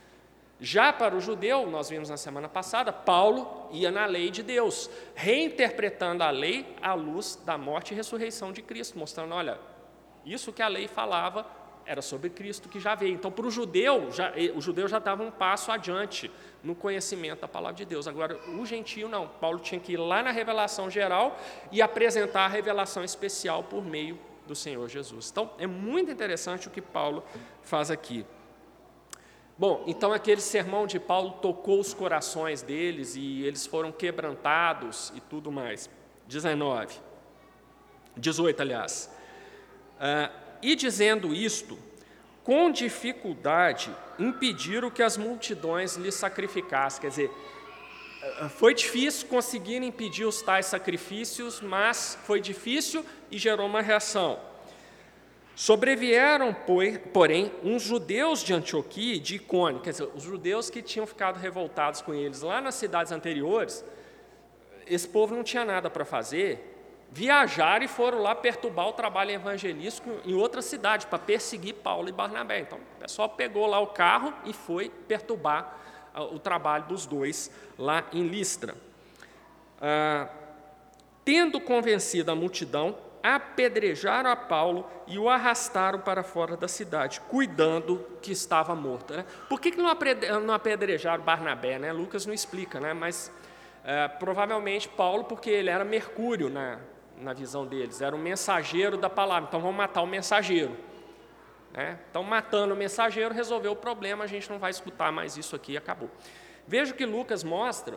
Já para o judeu, nós vimos na semana passada, Paulo ia na lei de Deus, reinterpretando a lei à luz da morte e ressurreição de Cristo, mostrando, olha, isso que a lei falava era sobre Cristo que já veio. Então, para o judeu, já, o judeu já dava um passo adiante no conhecimento da palavra de Deus. Agora, o gentio não. Paulo tinha que ir lá na revelação geral e apresentar a revelação especial por meio do Senhor Jesus. Então, é muito interessante o que Paulo faz aqui. Bom, então aquele sermão de Paulo tocou os corações deles e eles foram quebrantados e tudo mais. dezenove, dezoito, aliás. Ah, e dizendo isto, com dificuldade impediram que as multidões lhe sacrificassem. Quer dizer, foi difícil conseguir impedir os tais sacrifícios, mas foi difícil e gerou uma reação. Sobrevieram, porém, uns judeus de Antioquia e de Icônio, quer dizer, os judeus que tinham ficado revoltados com eles lá nas cidades anteriores. Esse povo não tinha nada para fazer, viajaram e foram lá perturbar o trabalho evangelístico em outra cidade, para perseguir Paulo e Barnabé. Então, o pessoal pegou lá o carro e foi perturbar o trabalho dos dois lá em Listra. Ah, tendo convencido a multidão, apedrejaram a Paulo e o arrastaram para fora da cidade, cuidando que estava morto. Né? Por que, que não apedrejaram Barnabé? Né? Lucas não explica, né? Mas é, provavelmente Paulo, porque ele era Mercúrio na, na visão deles, era o mensageiro da palavra, então vamos matar o mensageiro. Né? Então, matando o mensageiro, resolveu o problema, a gente não vai escutar mais isso aqui, acabou. Veja que Lucas mostra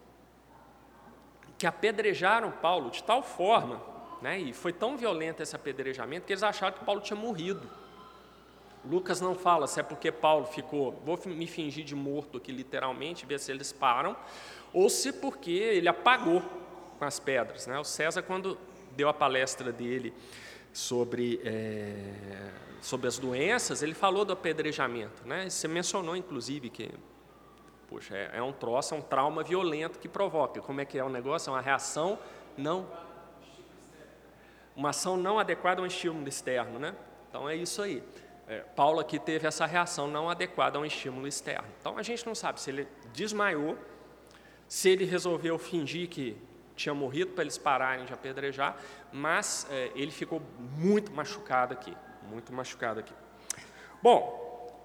que apedrejaram Paulo de tal forma, né, e foi tão violento esse apedrejamento, que eles acharam que Paulo tinha morrido. Lucas não fala se é porque Paulo ficou, vou me fingir de morto aqui literalmente, ver se eles param, ou se porque ele apagou com as pedras. Né? O César, quando deu a palestra dele sobre, é, sobre as doenças, ele falou do apedrejamento. Né? Você mencionou, inclusive, que poxa, é, é um troço, é um trauma violento que provoca. Como é que é o negócio? É uma reação não... Uma ação não adequada a um estímulo externo. Né? Então, é isso aí. É, Paulo aqui teve essa reação não adequada a um estímulo externo. Então, a gente não sabe se ele desmaiou, se ele resolveu fingir que tinha morrido para eles pararem de apedrejar, mas é, ele ficou muito machucado aqui, muito machucado aqui. Bom,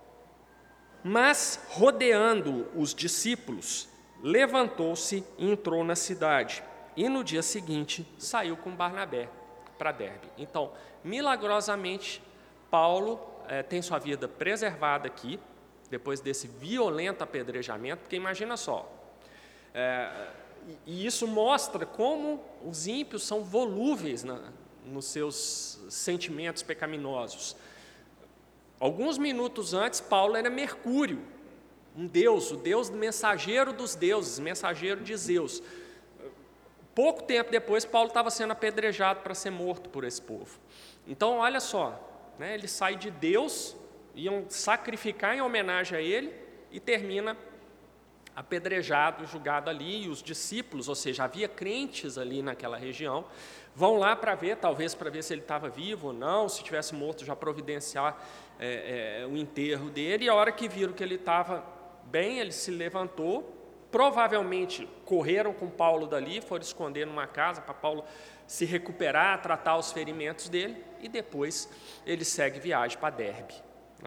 mas rodeando os discípulos, levantou-se e entrou na cidade, e no dia seguinte saiu com Barnabé para Derbe. Então, milagrosamente, Paulo é, tem sua vida preservada aqui, depois desse violento apedrejamento, porque imagina só, é, e isso mostra como os ímpios são volúveis na, nos seus sentimentos pecaminosos. Alguns minutos antes, Paulo era Mercúrio, um deus, o deus mensageiro dos deuses, mensageiro de Zeus. Pouco tempo depois, Paulo estava sendo apedrejado para ser morto por esse povo. Então, olha só, né, ele sai de Deus, iam sacrificar em homenagem a ele, e termina apedrejado, julgado ali, e os discípulos, ou seja, havia crentes ali naquela região, vão lá para ver, talvez para ver se ele estava vivo ou não, se tivesse morto, já providenciar é, é, o enterro dele, e a hora que viram que ele estava bem, ele se levantou, provavelmente correram com Paulo dali, foram esconder numa casa para Paulo se recuperar, tratar os ferimentos dele, e depois ele segue viagem para Derbe. Né?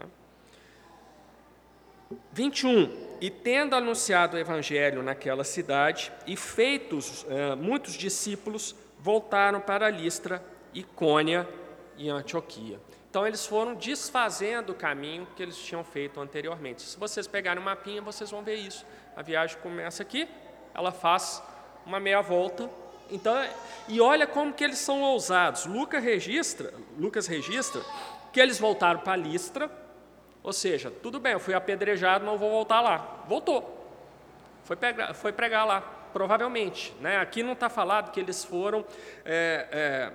vinte e um. E tendo anunciado o evangelho naquela cidade, e feitos eh, muitos discípulos, voltaram para Listra, Icônia e Antioquia. Então, eles foram desfazendo o caminho que eles tinham feito anteriormente. Se vocês pegarem um mapinha, vocês vão ver isso. A viagem começa aqui, ela faz uma meia volta. Então, e olha como que eles são ousados. Lucas registra, Lucas registra que eles voltaram para Listra, ou seja, tudo bem, eu fui apedrejado, não vou voltar lá. Voltou. Foi pregar, foi pregar lá, provavelmente. Né? Aqui não está falado que eles foram... É, é,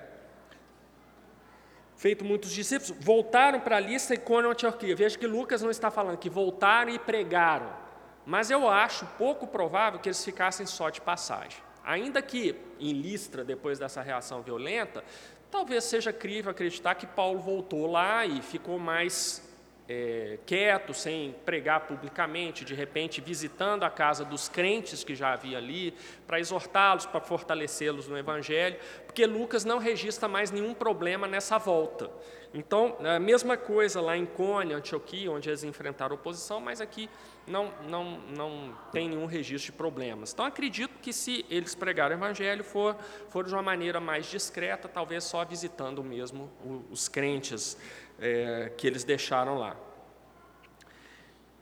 feito muitos discípulos, voltaram para Listra, Icônio e Antioquia. Veja que Lucas não está falando que voltaram e pregaram, mas eu acho pouco provável que eles ficassem só de passagem. Ainda que em Listra, depois dessa reação violenta, talvez seja crível acreditar que Paulo voltou lá e ficou mais é, quieto, sem pregar publicamente, de repente visitando a casa dos crentes que já havia ali, para exortá-los, para fortalecê-los no Evangelho, porque Lucas não registra mais nenhum problema nessa volta. Então, a mesma coisa lá em Icônio, Antioquia, onde eles enfrentaram oposição, mas aqui não, não, não tem nenhum registro de problemas. Então, acredito que se eles pregaram o Evangelho, for, for de uma maneira mais discreta, talvez só visitando mesmo os crentes é, que eles deixaram lá.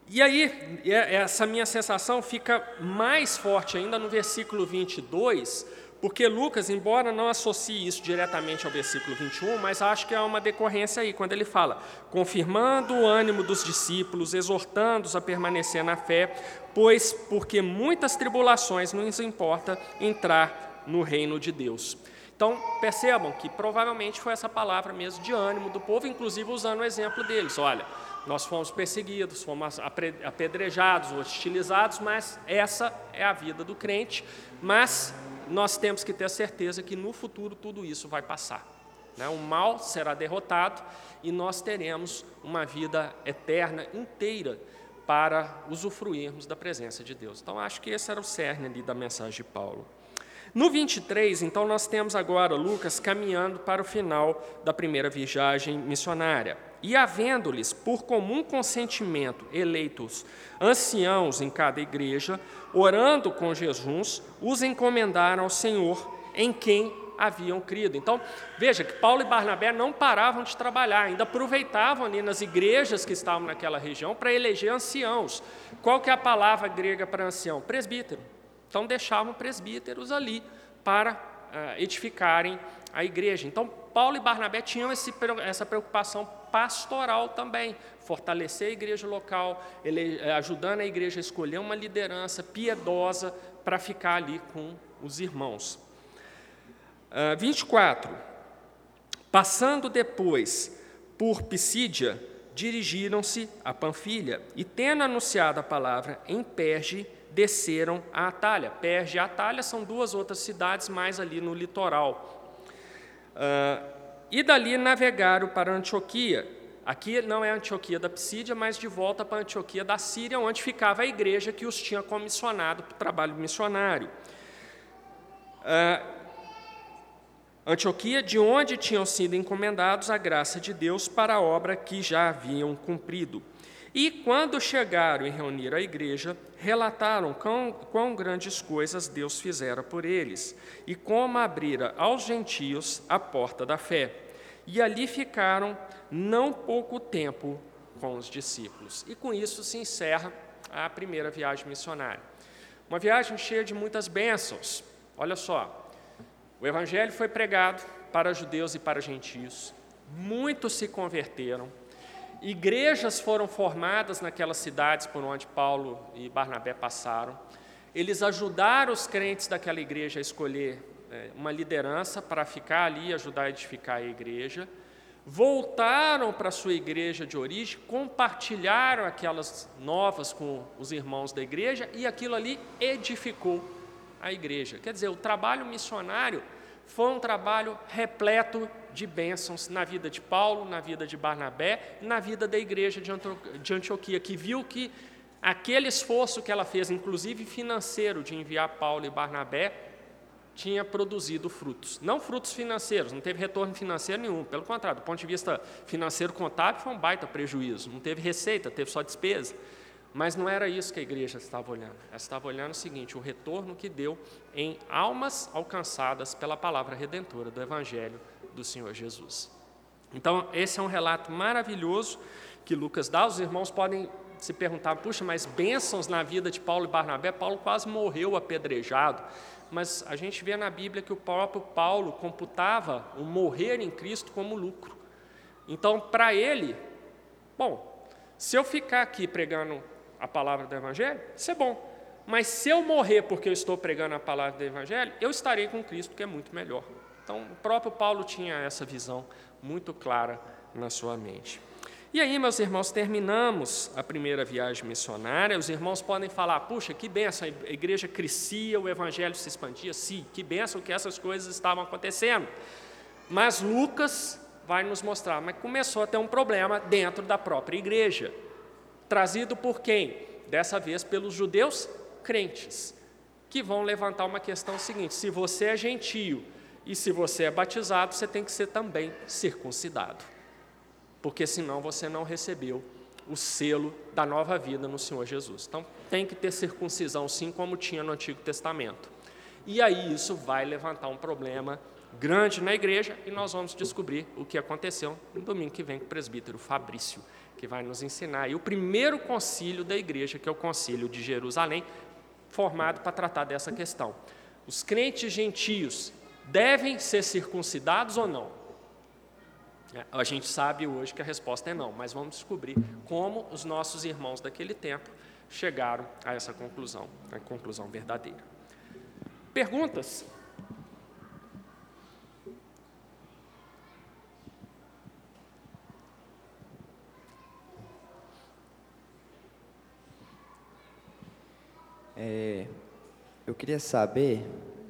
E aí, essa minha sensação fica mais forte ainda no versículo vinte e dois, porque Lucas, embora não associe isso diretamente ao versículo vinte e um, mas acho que há uma decorrência aí, quando ele fala, confirmando o ânimo dos discípulos, exortando-os a permanecer na fé, pois porque muitas tribulações nos importa entrar no reino de Deus. Então, percebam que provavelmente foi essa palavra mesmo de ânimo do povo, inclusive usando o exemplo deles. Olha, nós fomos perseguidos, fomos apedrejados, hostilizados, mas essa é a vida do crente, mas nós temos que ter a certeza que no futuro tudo isso vai passar. Né? O mal será derrotado e nós teremos uma vida eterna inteira para usufruirmos da presença de Deus. Então, acho que esse era o cerne ali da mensagem de Paulo. No vinte e três, então, nós temos agora Lucas caminhando para o final da primeira viagem missionária. E havendo-lhes, por comum consentimento, eleitos anciãos em cada igreja, orando com jejuns, os encomendaram ao Senhor, em quem haviam crido. Então, veja que Paulo e Barnabé não paravam de trabalhar, ainda aproveitavam ali nas igrejas que estavam naquela região para eleger anciãos. Qual que é a palavra grega para ancião? Presbítero. Então, deixavam presbíteros ali para uh, edificarem a igreja. Então, Paulo e Barnabé tinham esse, essa preocupação pastoral também, fortalecer a igreja local, ele, ajudando a igreja a escolher uma liderança piedosa para ficar ali com os irmãos. Uh, vinte e quatro. Passando depois por Pisídia, dirigiram-se a Panfilha, e tendo anunciado a palavra em Perge, desceram a Atália. Perge e Atália são duas outras cidades mais ali no litoral. Uh, e dali navegaram para Antioquia. Aqui não é a Antioquia da Pisídia, mas de volta para a Antioquia da Síria, onde ficava a igreja que os tinha comissionado para o trabalho missionário. Uh, Antioquia, de onde tinham sido encomendados a graça de Deus para a obra que já haviam cumprido. E, quando chegaram e reuniram a igreja, relataram quão, quão grandes coisas Deus fizera por eles, e como abrira aos gentios a porta da fé. E ali ficaram não pouco tempo com os discípulos. E com isso se encerra a primeira viagem missionária. Uma viagem cheia de muitas bênçãos. Olha só, o evangelho foi pregado para judeus e para gentios, muitos se converteram, igrejas foram formadas naquelas cidades por onde Paulo e Barnabé passaram. Eles ajudaram os crentes daquela igreja a escolher é, uma liderança para ficar ali e ajudar a edificar a igreja. Voltaram para a sua igreja de origem, compartilharam aquelas novas com os irmãos da igreja e aquilo ali edificou a igreja. Quer dizer, o trabalho missionário foi um trabalho repleto de bênçãos na vida de Paulo, na vida de Barnabé, na vida da igreja de Antioquia, que viu que aquele esforço que ela fez, inclusive financeiro, de enviar Paulo e Barnabé, tinha produzido frutos. Não frutos financeiros, não teve retorno financeiro nenhum, pelo contrário, do ponto de vista financeiro contábil, foi um baita prejuízo, não teve receita, teve só despesa. Mas não era isso que a igreja estava olhando. Ela estava olhando o seguinte, o retorno que deu em almas alcançadas pela palavra redentora do Evangelho do Senhor Jesus. Então, esse é um relato maravilhoso que Lucas dá. Os irmãos podem se perguntar, puxa, mas bênçãos na vida de Paulo e Barnabé, Paulo quase morreu apedrejado. Mas a gente vê na Bíblia que o próprio Paulo computava o morrer em Cristo como lucro. Então, para ele, bom, se eu ficar aqui pregando a palavra do Evangelho, isso é bom. Mas se eu morrer porque eu estou pregando a palavra do Evangelho, eu estarei com Cristo, que é muito melhor. Então, o próprio Paulo tinha essa visão muito clara na sua mente. E aí, meus irmãos, terminamos a primeira viagem missionária. Os irmãos podem falar, puxa, que bênção, a igreja crescia, o Evangelho se expandia. Sim, que bênção que essas coisas estavam acontecendo. Mas Lucas vai nos mostrar, mas começou a ter um problema dentro da própria igreja. Trazido por quem? Dessa vez pelos judeus crentes, que vão levantar uma questão seguinte, se você é gentio e se você é batizado, você tem que ser também circuncidado, porque senão você não recebeu o selo da nova vida no Senhor Jesus. Então, tem que ter circuncisão sim, como tinha no Antigo Testamento. E aí isso vai levantar um problema grande na igreja e nós vamos descobrir o que aconteceu no domingo que vem com o presbítero Fabrício, que vai nos ensinar. E o primeiro concílio da igreja, que é o concílio de Jerusalém, formado para tratar dessa questão. Os crentes gentios devem ser circuncidados ou não? A gente sabe hoje que a resposta é não, mas vamos descobrir como os nossos irmãos daquele tempo chegaram a essa conclusão, a conclusão verdadeira. Perguntas? É, eu queria saber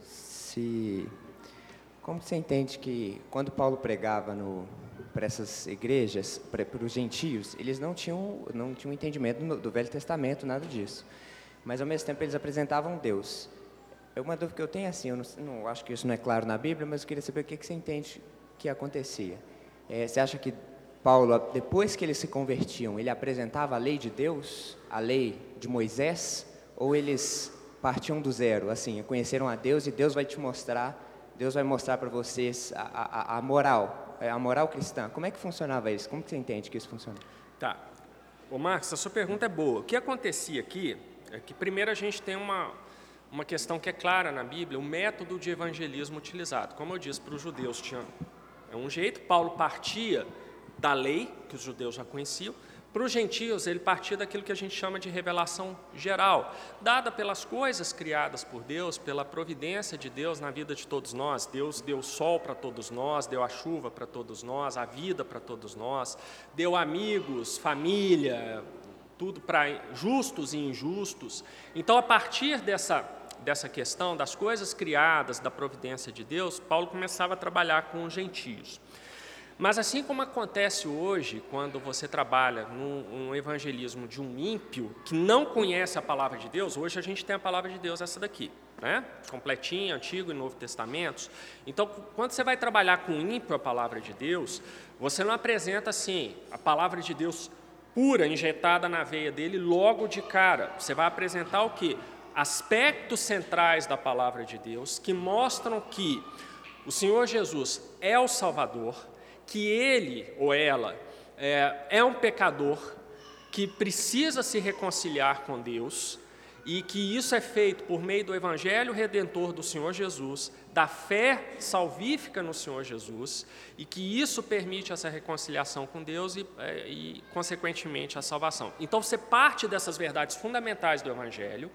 se, como você entende que quando Paulo pregava no, para essas igrejas, para, para os gentios, eles não tinham, não tinham entendimento do, do Velho Testamento, nada disso, mas ao mesmo tempo eles apresentavam Deus. É uma dúvida que eu tenho assim, eu não, não acho que isso não é claro na Bíblia, mas eu queria saber o que, que você entende que acontecia. É, você acha que Paulo, depois que eles se convertiam, ele apresentava a lei de Deus, a lei de Moisés, ou eles partiam do zero, assim, conheceram a Deus e Deus vai te mostrar, Deus vai mostrar para vocês a, a, a moral, a moral cristã. Como é que funcionava isso? Como que você entende que isso funciona? Tá. Ô Marcos, a sua pergunta é boa. O que acontecia aqui é que primeiro a gente tem uma, uma questão que é clara na Bíblia, o método de evangelismo utilizado. Como eu disse, para os judeus tinha um jeito, Paulo partia da lei, que os judeus já conheciam. Para os gentios, ele partia daquilo que a gente chama de revelação geral, dada pelas coisas criadas por Deus, pela providência de Deus na vida de todos nós. Deus deu o sol para todos nós, deu a chuva para todos nós, a vida para todos nós, deu amigos, família, tudo para justos e injustos. Então, a partir dessa, dessa questão das coisas criadas, da providência de Deus, Paulo começava a trabalhar com os gentios. Mas assim como acontece hoje, quando você trabalha num, num evangelismo de um ímpio que não conhece a palavra de Deus, hoje a gente tem a palavra de Deus, essa daqui, né? Completinha, Antigo e Novo Testamentos. Então, quando você vai trabalhar com um ímpio a palavra de Deus, você não apresenta assim, a palavra de Deus pura, injetada na veia dele, logo de cara. Você vai apresentar o quê? Aspectos centrais da palavra de Deus que mostram que o Senhor Jesus é o Salvador, que ele ou ela é, é um pecador que precisa se reconciliar com Deus e que isso é feito por meio do Evangelho Redentor do Senhor Jesus, da fé salvífica no Senhor Jesus, e que isso permite essa reconciliação com Deus e, e consequentemente, a salvação. Então, você parte dessas verdades fundamentais do Evangelho,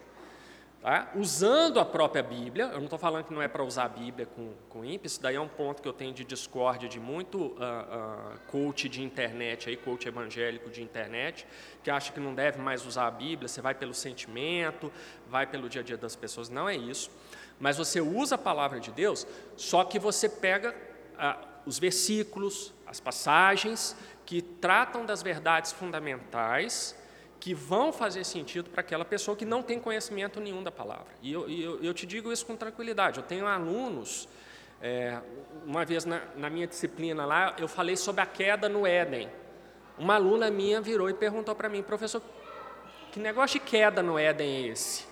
tá? Usando a própria Bíblia. Eu não estou falando que não é para usar a Bíblia com, com ímpio, isso daí é um ponto que eu tenho de discórdia de muito uh, uh, coach de internet, aí, coach evangélico de internet, que acha que não deve mais usar a Bíblia, você vai pelo sentimento, vai pelo dia a dia das pessoas. Não é isso, mas você usa a palavra de Deus, só que você pega uh, os versículos, as passagens que tratam das verdades fundamentais, que vão fazer sentido para aquela pessoa que não tem conhecimento nenhum da palavra. E eu, eu, eu te digo isso com tranquilidade. Eu tenho alunos, é, uma vez na, na minha disciplina lá, eu falei sobre a queda no Éden. Uma aluna minha virou e perguntou para mim, professor, que negócio de queda no Éden é esse?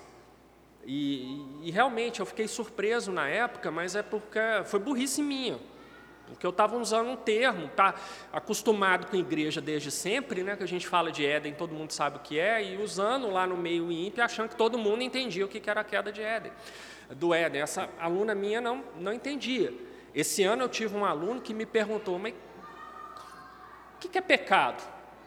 E, e realmente eu fiquei surpreso na época, mas é porque foi burrice minha. Porque eu estava usando um termo, tá acostumado com a igreja desde sempre, né, que a gente fala de Éden, todo mundo sabe o que é, e usando lá no meio ímpio, achando que todo mundo entendia o que era a queda de Éden, do Éden. Essa aluna minha não, não entendia. Esse ano eu tive um aluno que me perguntou, mas o que é pecado?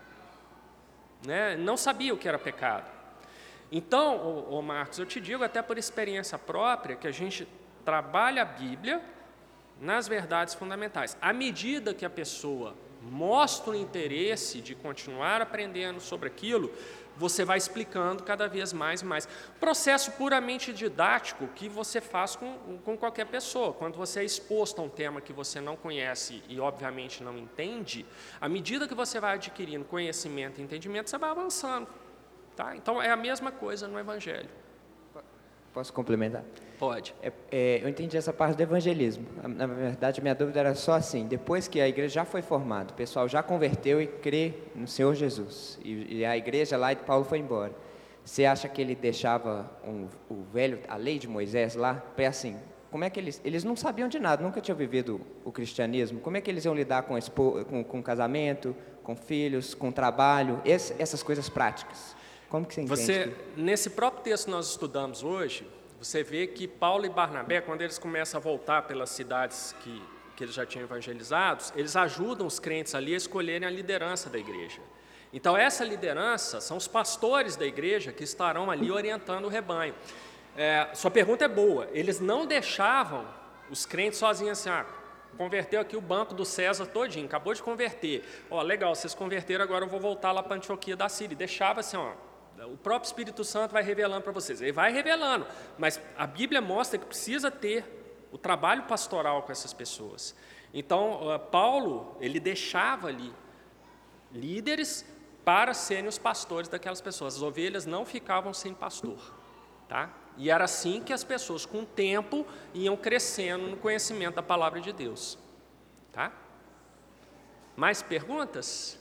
Né? Não sabia o que era pecado. Então, ô, ô Marcos, eu te digo até por experiência própria, que a gente trabalha a Bíblia nas verdades fundamentais. À medida que a pessoa mostra o interesse de continuar aprendendo sobre aquilo, você vai explicando cada vez mais e mais. Processo puramente didático que você faz com, com qualquer pessoa. Quando você é exposto a um tema que você não conhece e, obviamente, não entende, à medida que você vai adquirindo conhecimento e entendimento, você vai avançando. Tá? Então, é a mesma coisa no Evangelho. Posso complementar? Pode. É, é, eu entendi essa parte do evangelismo. Na verdade, a minha dúvida era só assim, depois que a igreja já foi formada, o pessoal já converteu e crê no Senhor Jesus, e, e a igreja lá de Paulo foi embora, você acha que ele deixava um, o velho, a lei de Moisés lá, para assim, como é que eles, eles não sabiam de nada, nunca tinham vivido o cristianismo, como é que eles iam lidar com, expo, com, com casamento, com filhos, com trabalho, esse, essas coisas práticas? Como que você entende? Você, que... nesse próprio texto que nós estudamos hoje, você vê que Paulo e Barnabé, quando eles começam a voltar pelas cidades que, que eles já tinham evangelizado, eles ajudam os crentes ali a escolherem a liderança da igreja. Então, essa liderança são os pastores da igreja que estarão ali orientando o rebanho. É, sua pergunta é boa. Eles não deixavam os crentes sozinhos assim, ah, converteu aqui o banco do César todinho, acabou de converter. Ó, legal, vocês converteram, agora eu vou voltar lá para Antioquia da Síria. Deixava assim, ó, o próprio Espírito Santo vai revelando para vocês. Ele vai revelando, mas a Bíblia mostra que precisa ter o trabalho pastoral com essas pessoas. Então, Paulo, ele deixava ali líderes para serem os pastores daquelas pessoas. As ovelhas não ficavam sem pastor, tá? E era assim que as pessoas, com o tempo, iam crescendo no conhecimento da palavra de Deus, tá? Mais perguntas?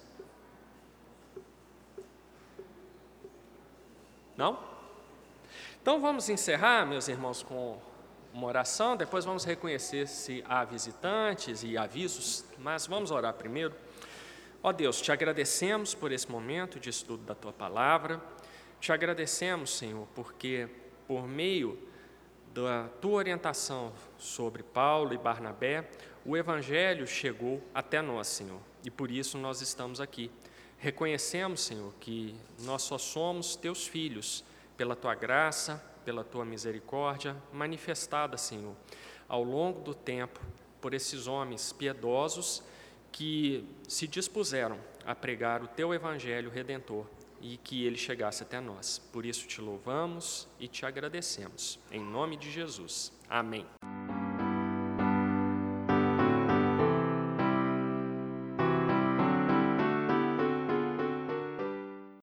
Não? Então vamos encerrar, meus irmãos, com uma oração, depois vamos reconhecer se há visitantes e avisos, mas vamos orar primeiro. Ó Deus, te agradecemos por esse momento de estudo da Tua Palavra, te agradecemos, Senhor, porque por meio da Tua orientação sobre Paulo e Barnabé, o Evangelho chegou até nós, Senhor, e por isso nós estamos aqui. Reconhecemos, Senhor, que nós só somos Teus filhos, pela Tua graça, pela Tua misericórdia, manifestada, Senhor, ao longo do tempo, por esses homens piedosos que se dispuseram a pregar o Teu Evangelho Redentor e que ele chegasse até nós. Por isso te louvamos e te agradecemos. Em nome de Jesus. Amém.